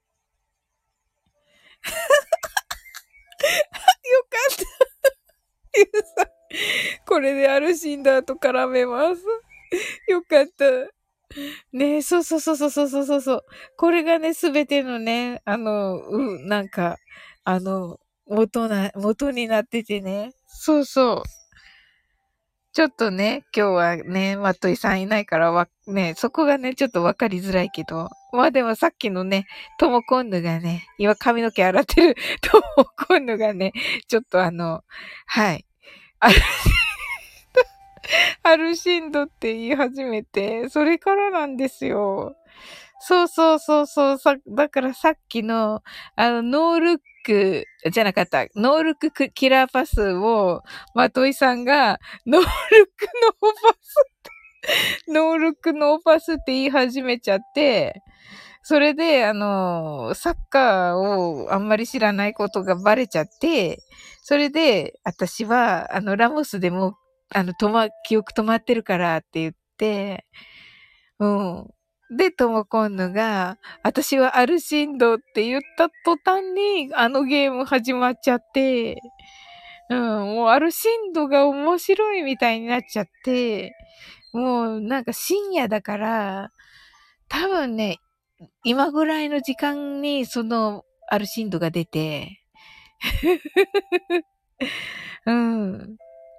よかった。ゆうさん。これでアルシンダーと絡めます。よかった。ねえ、そうそうそうそうそうそうそう。これがね、すべてのね、あの、うん、なんか、あの、元な、元になっててね。そうそう。ちょっとね、今日はね、まといさんいないからわ、ね、そこがね、ちょっとわかりづらいけど。まあでもさっきのね、ともこんぬがね、今髪の毛洗ってるともこんぬがね、ちょっとあの、はい。アルアルシンドって言い始めて、それからなんですよ。そうそうそうそう、さ、だからさっきの、あの、ノールック、じゃなかった、ノールッククキラーパスを、まといさんが、ノールックノーパス、ノールックノーパスって言い始めちゃって、それで、あの、サッカーをあんまり知らないことがバレちゃって、それで、私は、あの、ラモスでも、あの、止ま、記憶止まってるからって言って、うん。 で、ともこんぬが、私はアルシンドって言った途端に、あのゲーム始まっちゃって、うん、もうアルシンドが面白いみたいになっちゃって、もうなんか深夜だから、多分ね、今ぐらいの時間にそのアルシンドが出て、うん。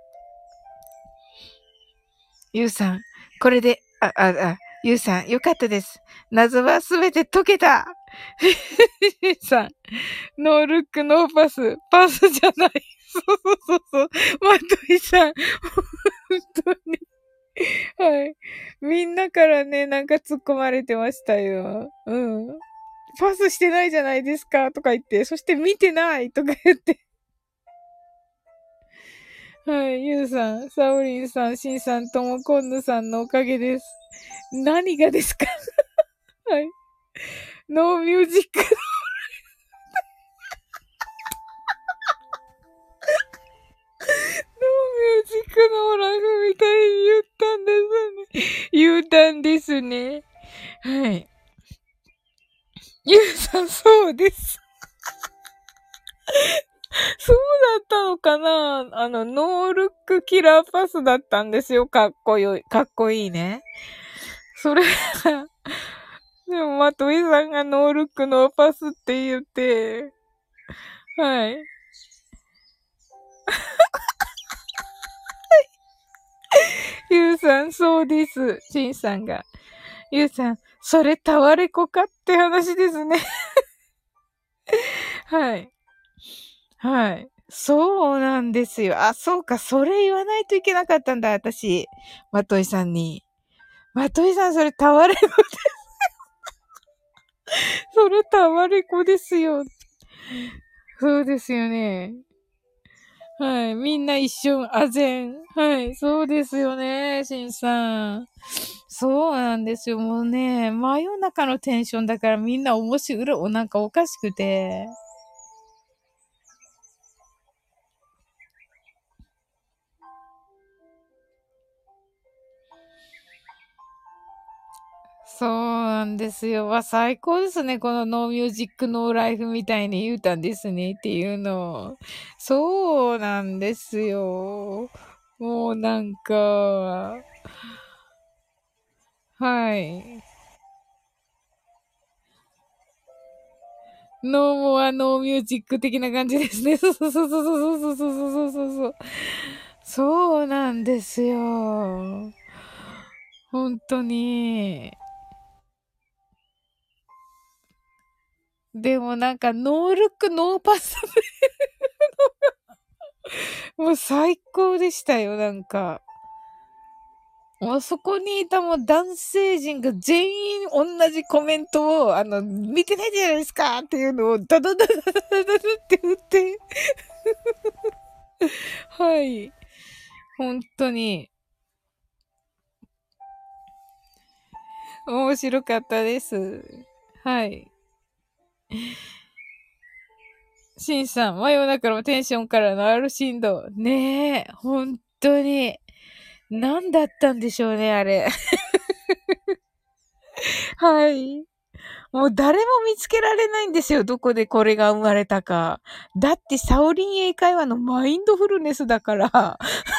ゆうさん、これで、あ、あ、あ、ゆうさん、よかったです。謎はすべて解けた。ゆうさん、ノールック、ノーパス、パスじゃない。そうそうそうそう。まといさん、本当に。はい。みんなからね、なんか突っ込まれてましたよ。うん。パスしてないじゃないですか、とか言って、そして見てないとか言って。はい。ゆうさん、サオリンさん、シンさん、ともこんぬさんのおかげです。何がですか？はい。ノーミュージック、ノーミュージックのライフみたいに言ったんですね。言ったんですね。はい。ゆうさん、そうです。そうだったのかな？あの、ノールックキラーパスだったんですよ。かっこよい、かっこいいね。それが、でも、まといさんがノールックノーパスって言って、はい。ゆうさん、そうです。しんさんが。ゆうさん、それタワレコかって話ですね。はい。はい。そうなんですよ。あ、そうか。それ言わないといけなかったんだ、私。まといさんに。まといさん、それタワレコ、それタワレコですよ。そうですよね。はい。みんな一瞬、あぜん。はい。そうですよね、しんさん。そうなんですよ。もうね、真夜中のテンションだからみんな面白い、なんかおかしくて。そうなんですよ。わ、最高ですね。このノーミュージックノーライフみたいに言うたんですねっていうの。そうなんですよ。もうなんか、はい。ノーモアノーミュージック的な感じですね。そうそうそうそうそうそうそうそうそう。そうなんですよ。本当に。でもなんかノールックノーパスもう最高でしたよ、なんか。もうそこにいたもう男性陣が全員同じコメントを、あの、見てないじゃないですかっていうのをダダダダダダダって打って、はい。本当に面白かったです。はい。シンさん、真夜中のテンションからのアルシンド。ねえ、本当に。何だったんでしょうね、あれ。はい。もう誰も見つけられないんですよ。どこでこれが生まれたか。だってサオリン英会話のマインドフルネスだから。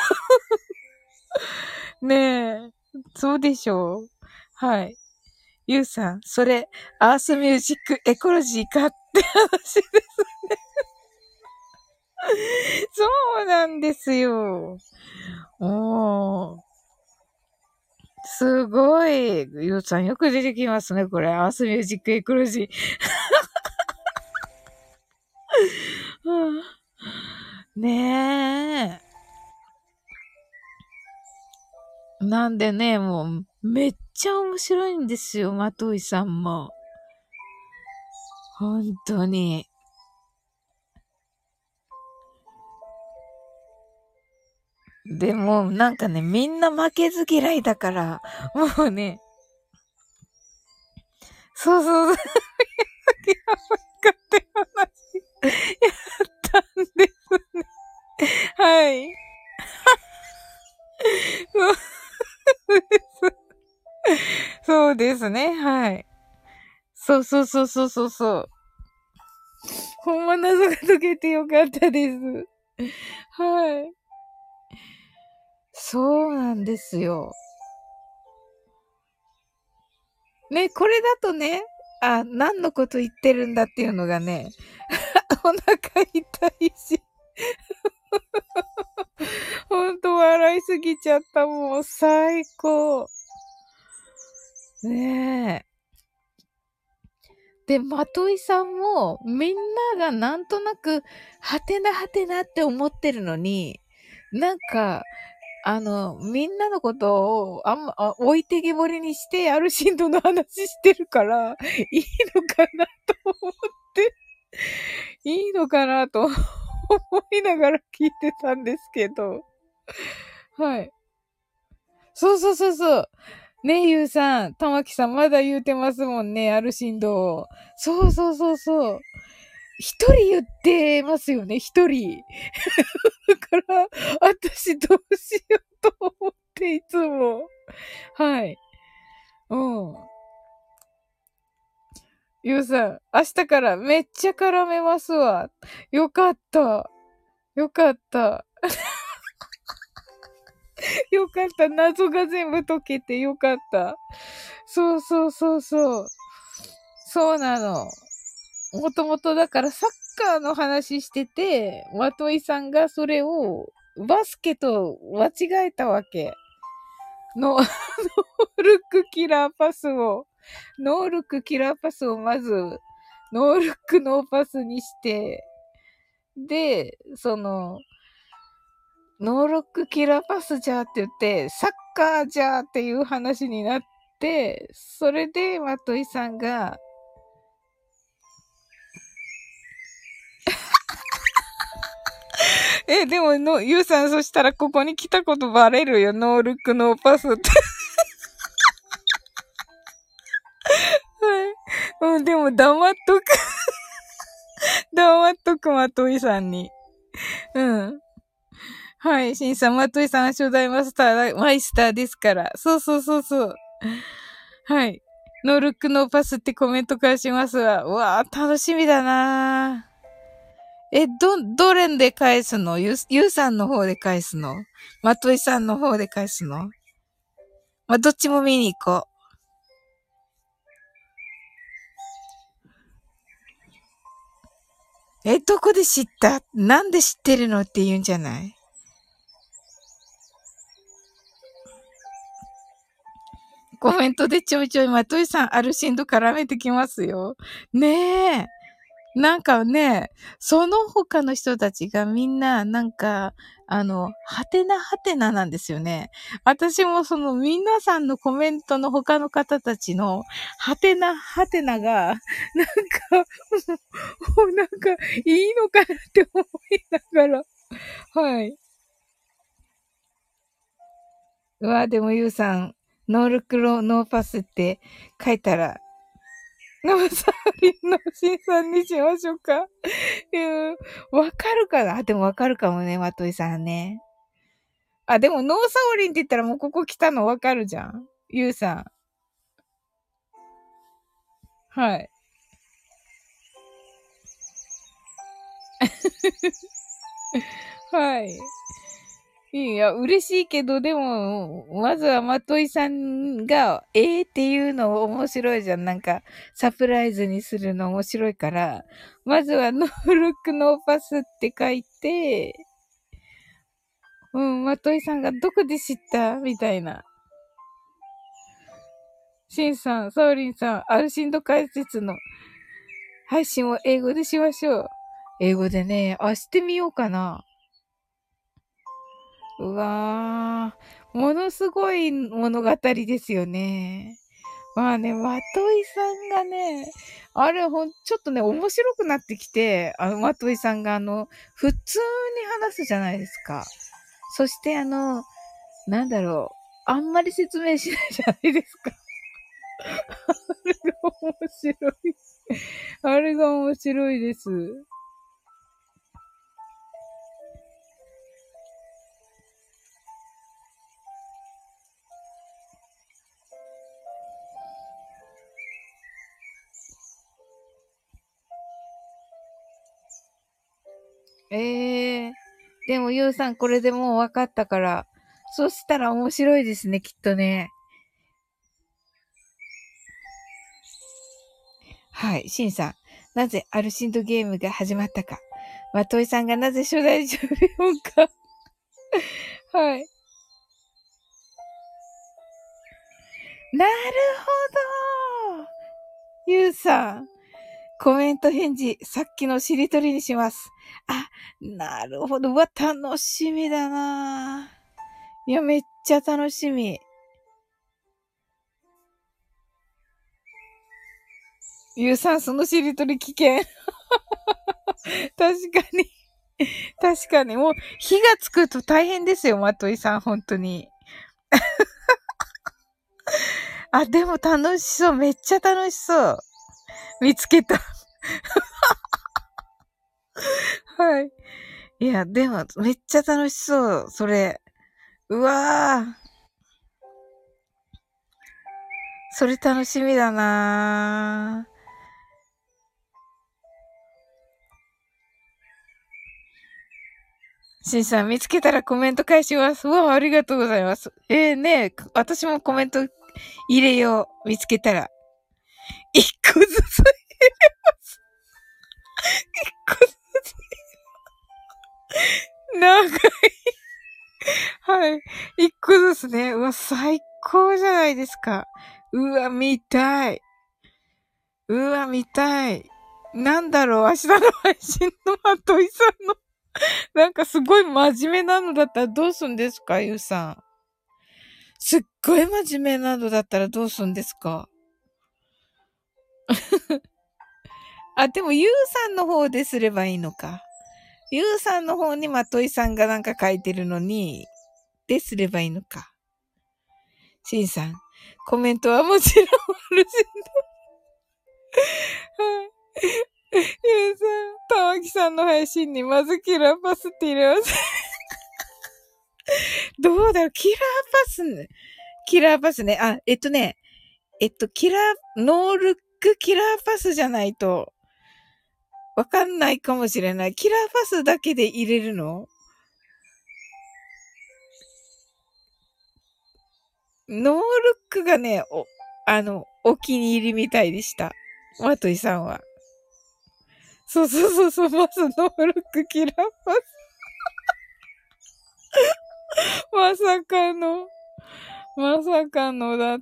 ねえ。そうでしょう。はい。ゆうさん、それ、アースミュージックエコロジーかって話です。そうなんですよ。おー。すごい。ゆうさんよく出てきますね、これ。アースミュージックエコロジー。うんねえ。なんでね、もう、めっちゃ面白いんですよ、まといさんも。本当に。でも、なんかね、みんな負けず嫌いだから、もうね、そうそうそう、勝手な話やったんですね。はい。そうです。 そうですね。はい。そうそうそうそうそうそう。ほんま謎が解けてよかったです。はい。そうなんですよ。ね、これだとね、あ、何のこと言ってるんだっていうのがね、お腹痛いし、ほんと笑いすぎちゃった。もう最高。ねえ。で、まといさんも、みんながなんとなく、はてなはてなって思ってるのに、なんか、あの、みんなのことを、あんま、あ置いてけぼりにして、アルシンドの話してるから、いいのかなと思って、いいのかなと思いながら聞いてたんですけど。はい。そうそうそうそう。ねえ、ゆうさん、たまきさん、まだ言うてますもんね、アルシンド。そうそうそうそう。一人言ってますよね、一人。だから、私どうしようと思って、いつも。はい。うん。ゆうさん、明日からめっちゃ絡めますわ。よかった。よかった。よかった。謎が全部解けてよかった。そうそうそうそう。そうなの。もともとだからサッカーの話してて、まといさんがそれをバスケと間違えたわけ。の、ノールックキラーパスを、ノールックキラーパスをまず、ノールックノーパスにして、で、その、ノールックキラーパスじゃって言って、サッカーじゃっていう話になって、それで、まといさんが、え、でもの、ゆうさんそしたらここに来たことバレるよ。ノールックノーパスって。はい。うん、でも黙っとく。黙っとく、まといさんに。うん。はい。しんさん、まといさんは初代マスター、マイスターですから。そうそうそうそう。はい。ノールックノーパスってコメント返しますわ。うわー、楽しみだなー。え、ど、どれで返すのゆ、ゆうさんの方で返すのまといさんの方で返すのまあ、どっちも見に行こう。え、どこで知った？なんで知ってるのって言うんじゃない？コメントでちょいちょいまといさん、アルシンド絡めてきますよ。ねえ。なんかね、その他の人たちがみんな、なんか、あの、はてなはてななんですよね。私もその皆さんのコメントの他の方たちの、はてなはてなが、なんか、もうなんか、いいのかなって思いながら。はい。うわ、でもゆうさん、ノールクロノーパスって書いたら、ノーサーリンの新さんにしましょうか。うん。わかるかなあ、でもわかるかもね、まといさんね。あ、でもノーサオリンって言ったらもうここ来たのわかるじゃん。ゆうさん。はい。はい。いや、嬉しいけど、でも、まずはまといさんが、えーっていうの面白いじゃん。なんか、サプライズにするの面白いから、まずはノールックノーパスって書いて、うん、まといさんがどこで知ったみたいな。シンさん、サオリンさん、アルシンド解説の配信を英語でしましょう。英語でね、あ、してみようかな。うわー、ものすごい物語ですよね。まあね、まといさんがね、あれほん、ちょっとね、面白くなってきて、あの、まといさんがあの、普通に話すじゃないですか。そしてあの、なんだろう、あんまり説明しないじゃないですか。あれが面白い。あれが面白いです。 ええー。でも、ゆうさん、これでもう分かったから。そしたら面白いですね、きっとね。はい、シンさん。なぜアルシンドゲームが始まったか。まといさんがなぜ初代チャンピオンか。はい。なるほど。ゆうさん。コメント返事、さっきのしりとりにします。あ、なるほど。うわ、楽しみだないや、めっちゃ楽しみ。ゆうさん、そのしりとり危険。確かに。確かに。もう、火がつくと大変ですよ、まといさん、本当に。あ、でも楽しそう。めっちゃ楽しそう。見つけた。はい。いや、でも、めっちゃ楽しそう。それ。うわー。それ楽しみだなー。しんさん、見つけたらコメント返します。うわ、ありがとうございます。えー、ね私もコメント入れよう。見つけたら。一個ずつ入れます。一個ずつ。長い。はい。一個ずつね。うわ、最高じゃないですか。うわ、見たい。うわ、見たい。なんだろう、明日の配信のまといさんの。なんかすごい真面目なのだったらどうすんですか、ゆうさん。すっごい真面目なのだったらどうすんですか？あ、でも、ゆうさんの方ですればいいのか。ゆうさんの方にまといさんがなんか書いてるのに、ですればいいのか。しんさん、コメントはもちろんあるし。はい。ゆうさん、たまきさんの配信にまずキラーパスって入れます。どうだろう、キラーパスね。キラーパスね。あ、えっとね、えっと、キラー、ノールックキラーパスじゃないと、わかんないかもしれない。キラーパスだけで入れるの？ノールックがね、お、あの、お気に入りみたいでした。マトイさんは。そうそうそうそう、まずノールックキラーパス。まさかの、まさかのだった。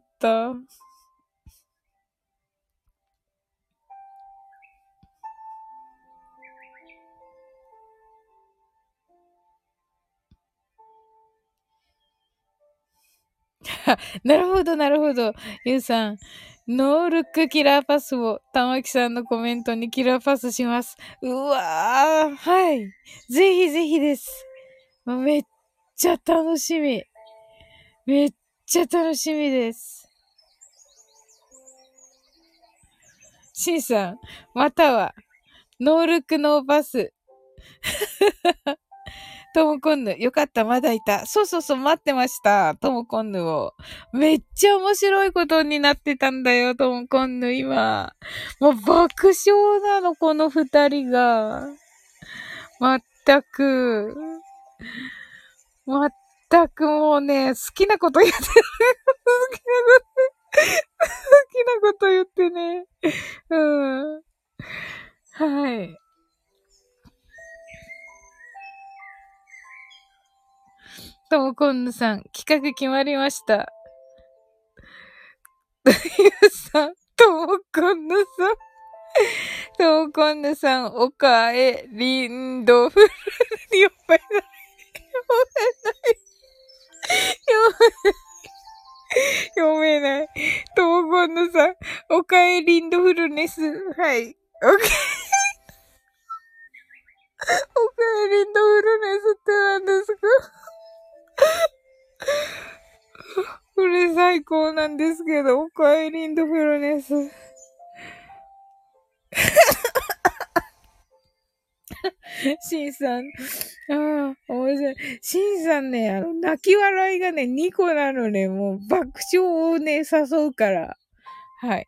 なるほど、なるほど。ゆうさん、ノールックキラーパスを、たまきさんのコメントにキラーパスします。うわー、はい。ぜひぜひです。めっちゃ楽しみ。めっちゃ楽しみです。シンさん、または、ノールックノーパス。トモコンヌ。よかった、まだいた。そうそうそう、待ってました。トモコンヌを。めっちゃ面白いことになってたんだよ、トモコンヌ、今。もう爆笑なの、この二人が。まったく。まったくもうね、好きなこと言って、好きなこと、好きなこと言ってね。うん。はい。ともこんぬさん、企画決まりました。ゆうさん、ともこんぬさん、ともこんぬさん、おかえりんどふる、読めない。読めない。ともこんぬさん、おかえりんどフルネス。はい。おか、おかえりんどフルネスって何ですか？これ最高なんですけど、おかえりんどフルネス。シンさん。ああ、面白い。シンさんね、あの、泣き笑いがね、にこなのね、もう爆笑をね、誘うから。はい。やっ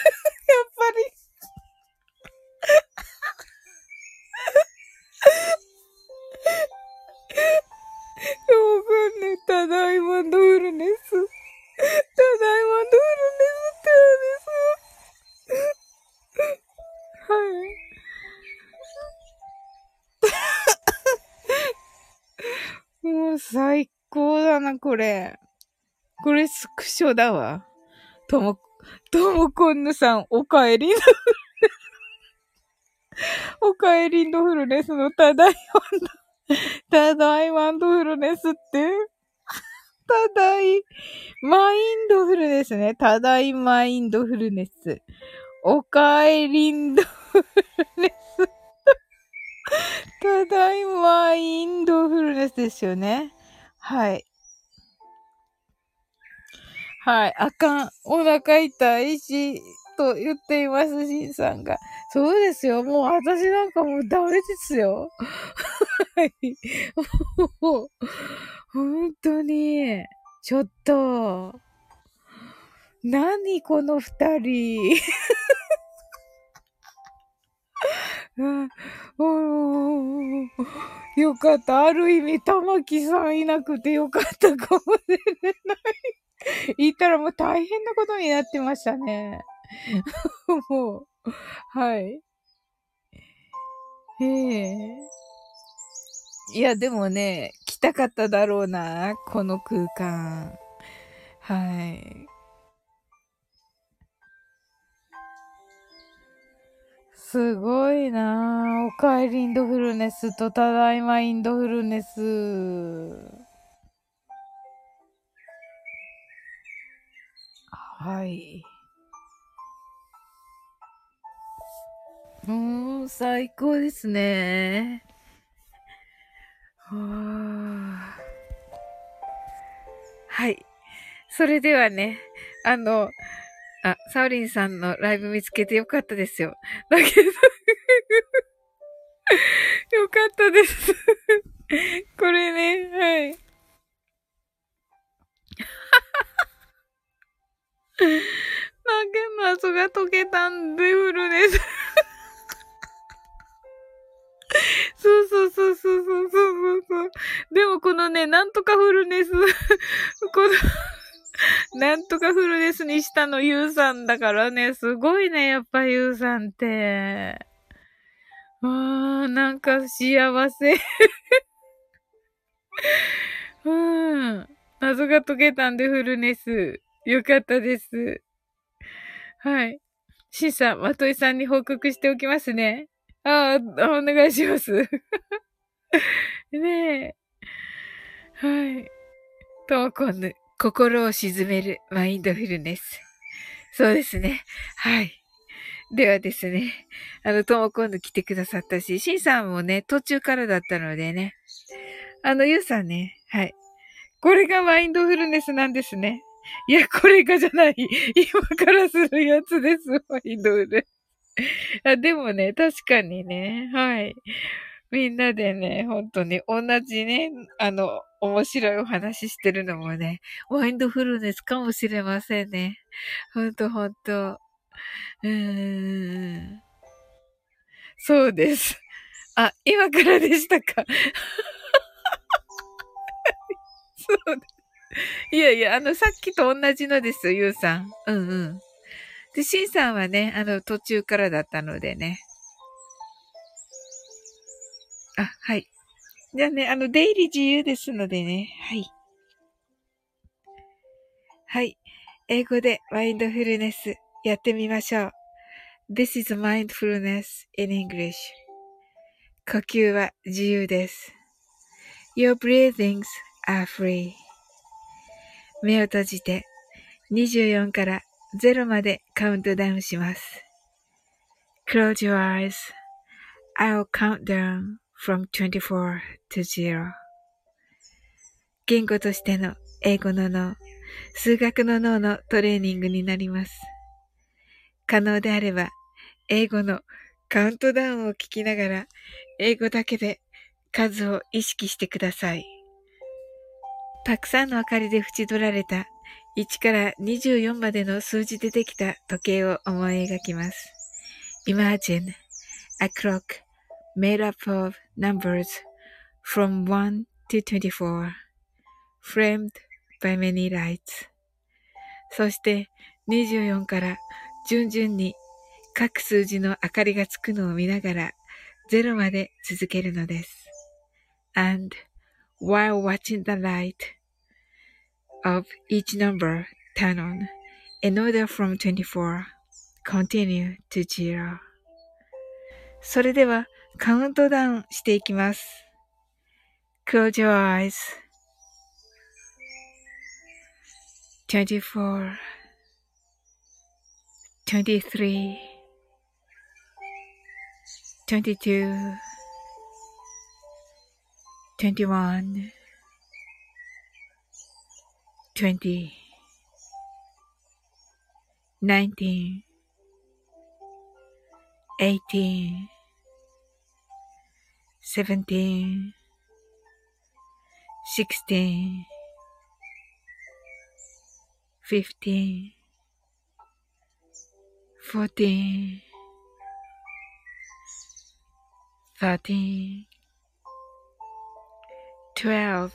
ぱり、 わかんねえ。ただいまのフルネス。ただいまのフルネスって何です。はい。もう最高だな、これ。これスクショだわ。とも、ともこんぬさん、おかえりの、おかえりのフルネスのただいまの、ただいまのフルネスって、ただい、マインドフルネスね。ただいまインドフルネス。おかえりんどフルネス。ただいまインドフルネスですよね。はい。はい。あかん。お腹痛いし、と言っています、しんさんが。そうですよ。もう私なんかもうダメですよ。はい。もう、本当に。ちょっと。何この二人。うんうん、よかった。ある意味、玉木さんいなくてよかったかもしれない。言ったらもう大変なことになってましたね。もう、はい。ええ。いや、でもね、来たかっただろうな、この空間。はい。すごいな、おかえりインドフルネスとただいまインドフルネス。はい。うーん、最高ですね。はあ、はい。それではね、あの、あ、サオリンさんのライブ見つけてよかったですよ。だけど、よかったです。これね、はい。なんか謎が解けたんで、フルネス。そうそうそうそうそうそうそう。でもこのね、なんとかフルネス、この、なんとかフルネスにしたのユウさんだからね、すごいね、やっぱユウさんって。あー、なんか幸せ。うん。謎が解けたんでフルネス。よかったです。はい。シンさん、まといさんに報告しておきますね。ああ、お願いします。ねえ。はい。ともこんぬ、心を沈めるマインドフルネス。そうですね。はい。ではですね、あの、ともこんぬ来てくださったし、しんさんもね、途中からだったのでね。あの、ゆうさんね、はい。これがマインドフルネスなんですね。いや、これがじゃない。今からするやつです、マインドフル。あ、でもね、確かにね、はい。みんなでね、本当に同じね、あの、面白いお話ししてるのもね、マインドフルネスかもしれませんね。ほんとほんと。うーん。そうです。あ、今からでしたか。そうだ。いやいや、あの、さっきと同じのですよ、ゆうさん。うんうん。で、しんさんはね、あの、途中からだったのでね。あ、はい。じゃあね、あの、出入り自由ですのでね。はい。はい。英語でマインドフルネスやってみましょう。This is mindfulness in English. 呼吸は自由です。Your breathings are free. 目を閉じてにじゅうよんからゼロまでカウントダウンします。Close your eyes. I'll count down from twenty-four to zero. 言語としての英語の脳、数学の脳のトレーニングになります。可能であれば、英語のカウントダウンを聞きながら、英語だけで数を意識してください。たくさんの明かりで縁取られたいちからにじゅうよんまでの数字でできた時計を思い描きます。Imagine a clock made up of numbers from one to twenty-four. framed by many lights。そしてにじゅうよんから順々に各数字の明かりがつくのを見ながらゼロまで続けるのです。And while watching the light of each number turn on, in order from twenty-four, continue to zero。それではカウントダウンしていきます。Close your eyes. twenty-four, twenty-three, twenty-two, twenty-one, twenty, nineteen, eighteen, seventeen, sixteen, fifteen, fourteen, thirteen, twelve,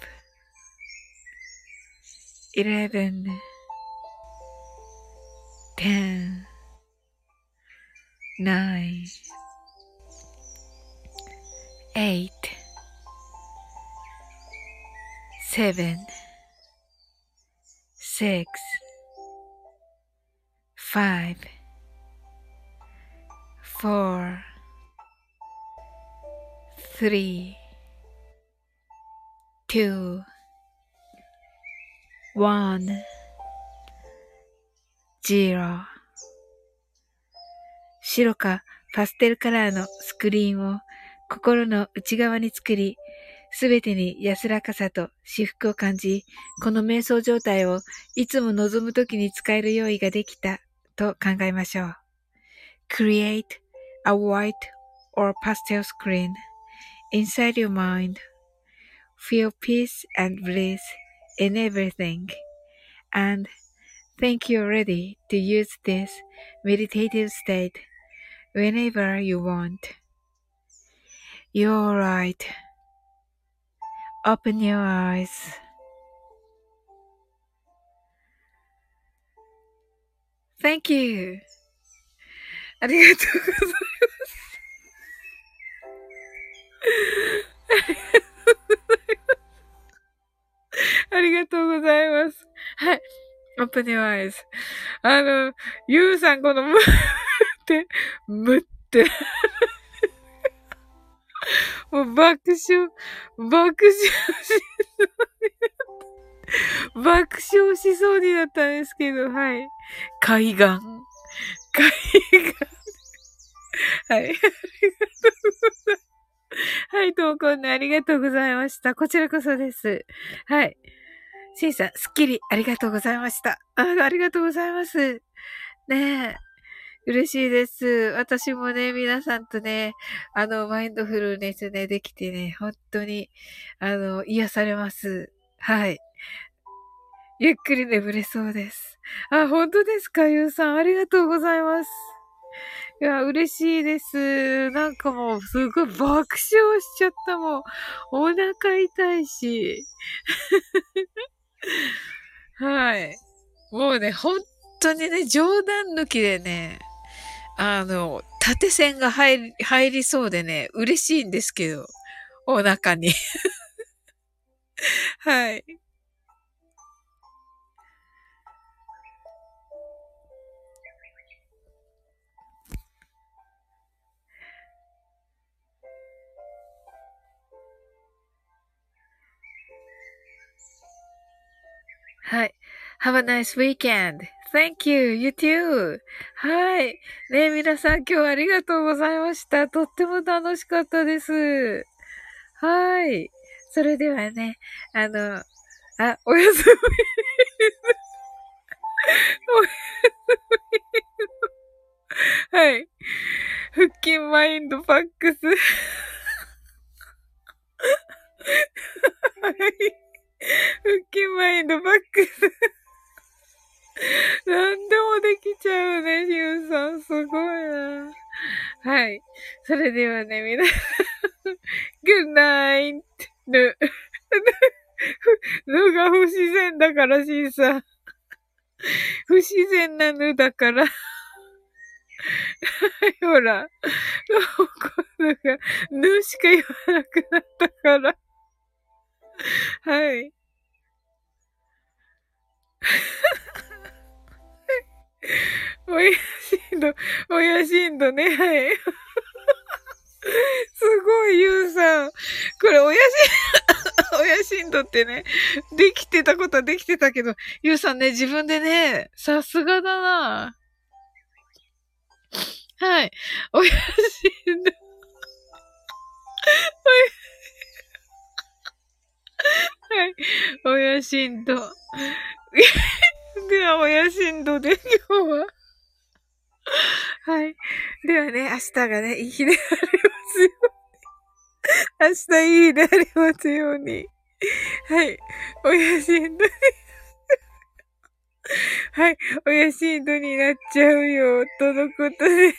eleven, ten, nine, eight, seven, six, five, four, three, two, one, zero。白かパステルカラーのスクリーンを心の内側に作り、すべてに安らかさと至福を感じ、この瞑想状態をいつも望むときに使える用意ができたと考えましょう。Create a white or pastel screen inside your mind. Feel peace and bliss in everything. And think you're ready to use this meditative state whenever you want. You're right. Open your eyes. Thank you. ありがとうございます。ありがとうございます。はい。Open your eyes. あの、ゆうさんこのむって、むって。もう爆笑、爆笑しそうになった。爆笑しそうになったんですけど、はい。海岸。海岸。はい。ありがとうございます。はい、投稿ね、ありがとうございました。こちらこそです。はい。シンさん、すっきりありがとうございました。あ、ありがとうございます。ねえ。嬉しいです。私もね、皆さんとね、あの、マインドフルネスね、できてね、本当に、あの、癒されます。はい。ゆっくり眠れそうです。あ、本当ですか、ゆうさん。ありがとうございます。いや、嬉しいです。なんかもう、すごい爆笑しちゃったもん。お腹痛いし。はい。もうね、本当にね、冗談抜きでね、あの、縦線が入り、入りそうでね、嬉しいんですけど、お腹に。はい。はい。Have a nice weekend.Thank you. You too. はい。ね、皆さん今日はありがとうございました。とっても楽しかったです。はい。それではね、あの、あ、おやすみ。おやすみ。はい。腹筋マインドファックス。はい。腹筋マインドファックス。なんでもできちゃうね、ヒューさん。すごいな。はい。それではね、皆さん、グッナイトの、のが欲から、しんさん。不自然なぬだから。ほら。なんか、ぬしか言わなくなったから。はい。親しんど、親しんどね、はい。すごい、ゆうさん。これ、親し、親しんどってね、できてたことはできてたけど、ゆうさんね、自分でね、さすがだな。はい。親しんど。はい。親しんど。では、親しんどで、今日は。はい。ではね、明日がね、いい日でありますよ。明日いい日でありますように。はい。親しんど。はい。親しんどになっちゃうよ、とのことで。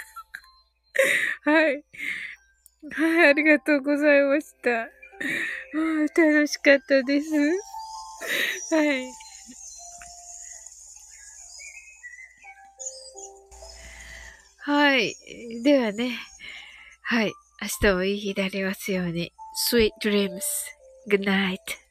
はい。はい、ありがとうございました。ああ、楽しかったです。はい。はい。ではね。はい。明日もいい日でありますように。Sweet dreams. Good night.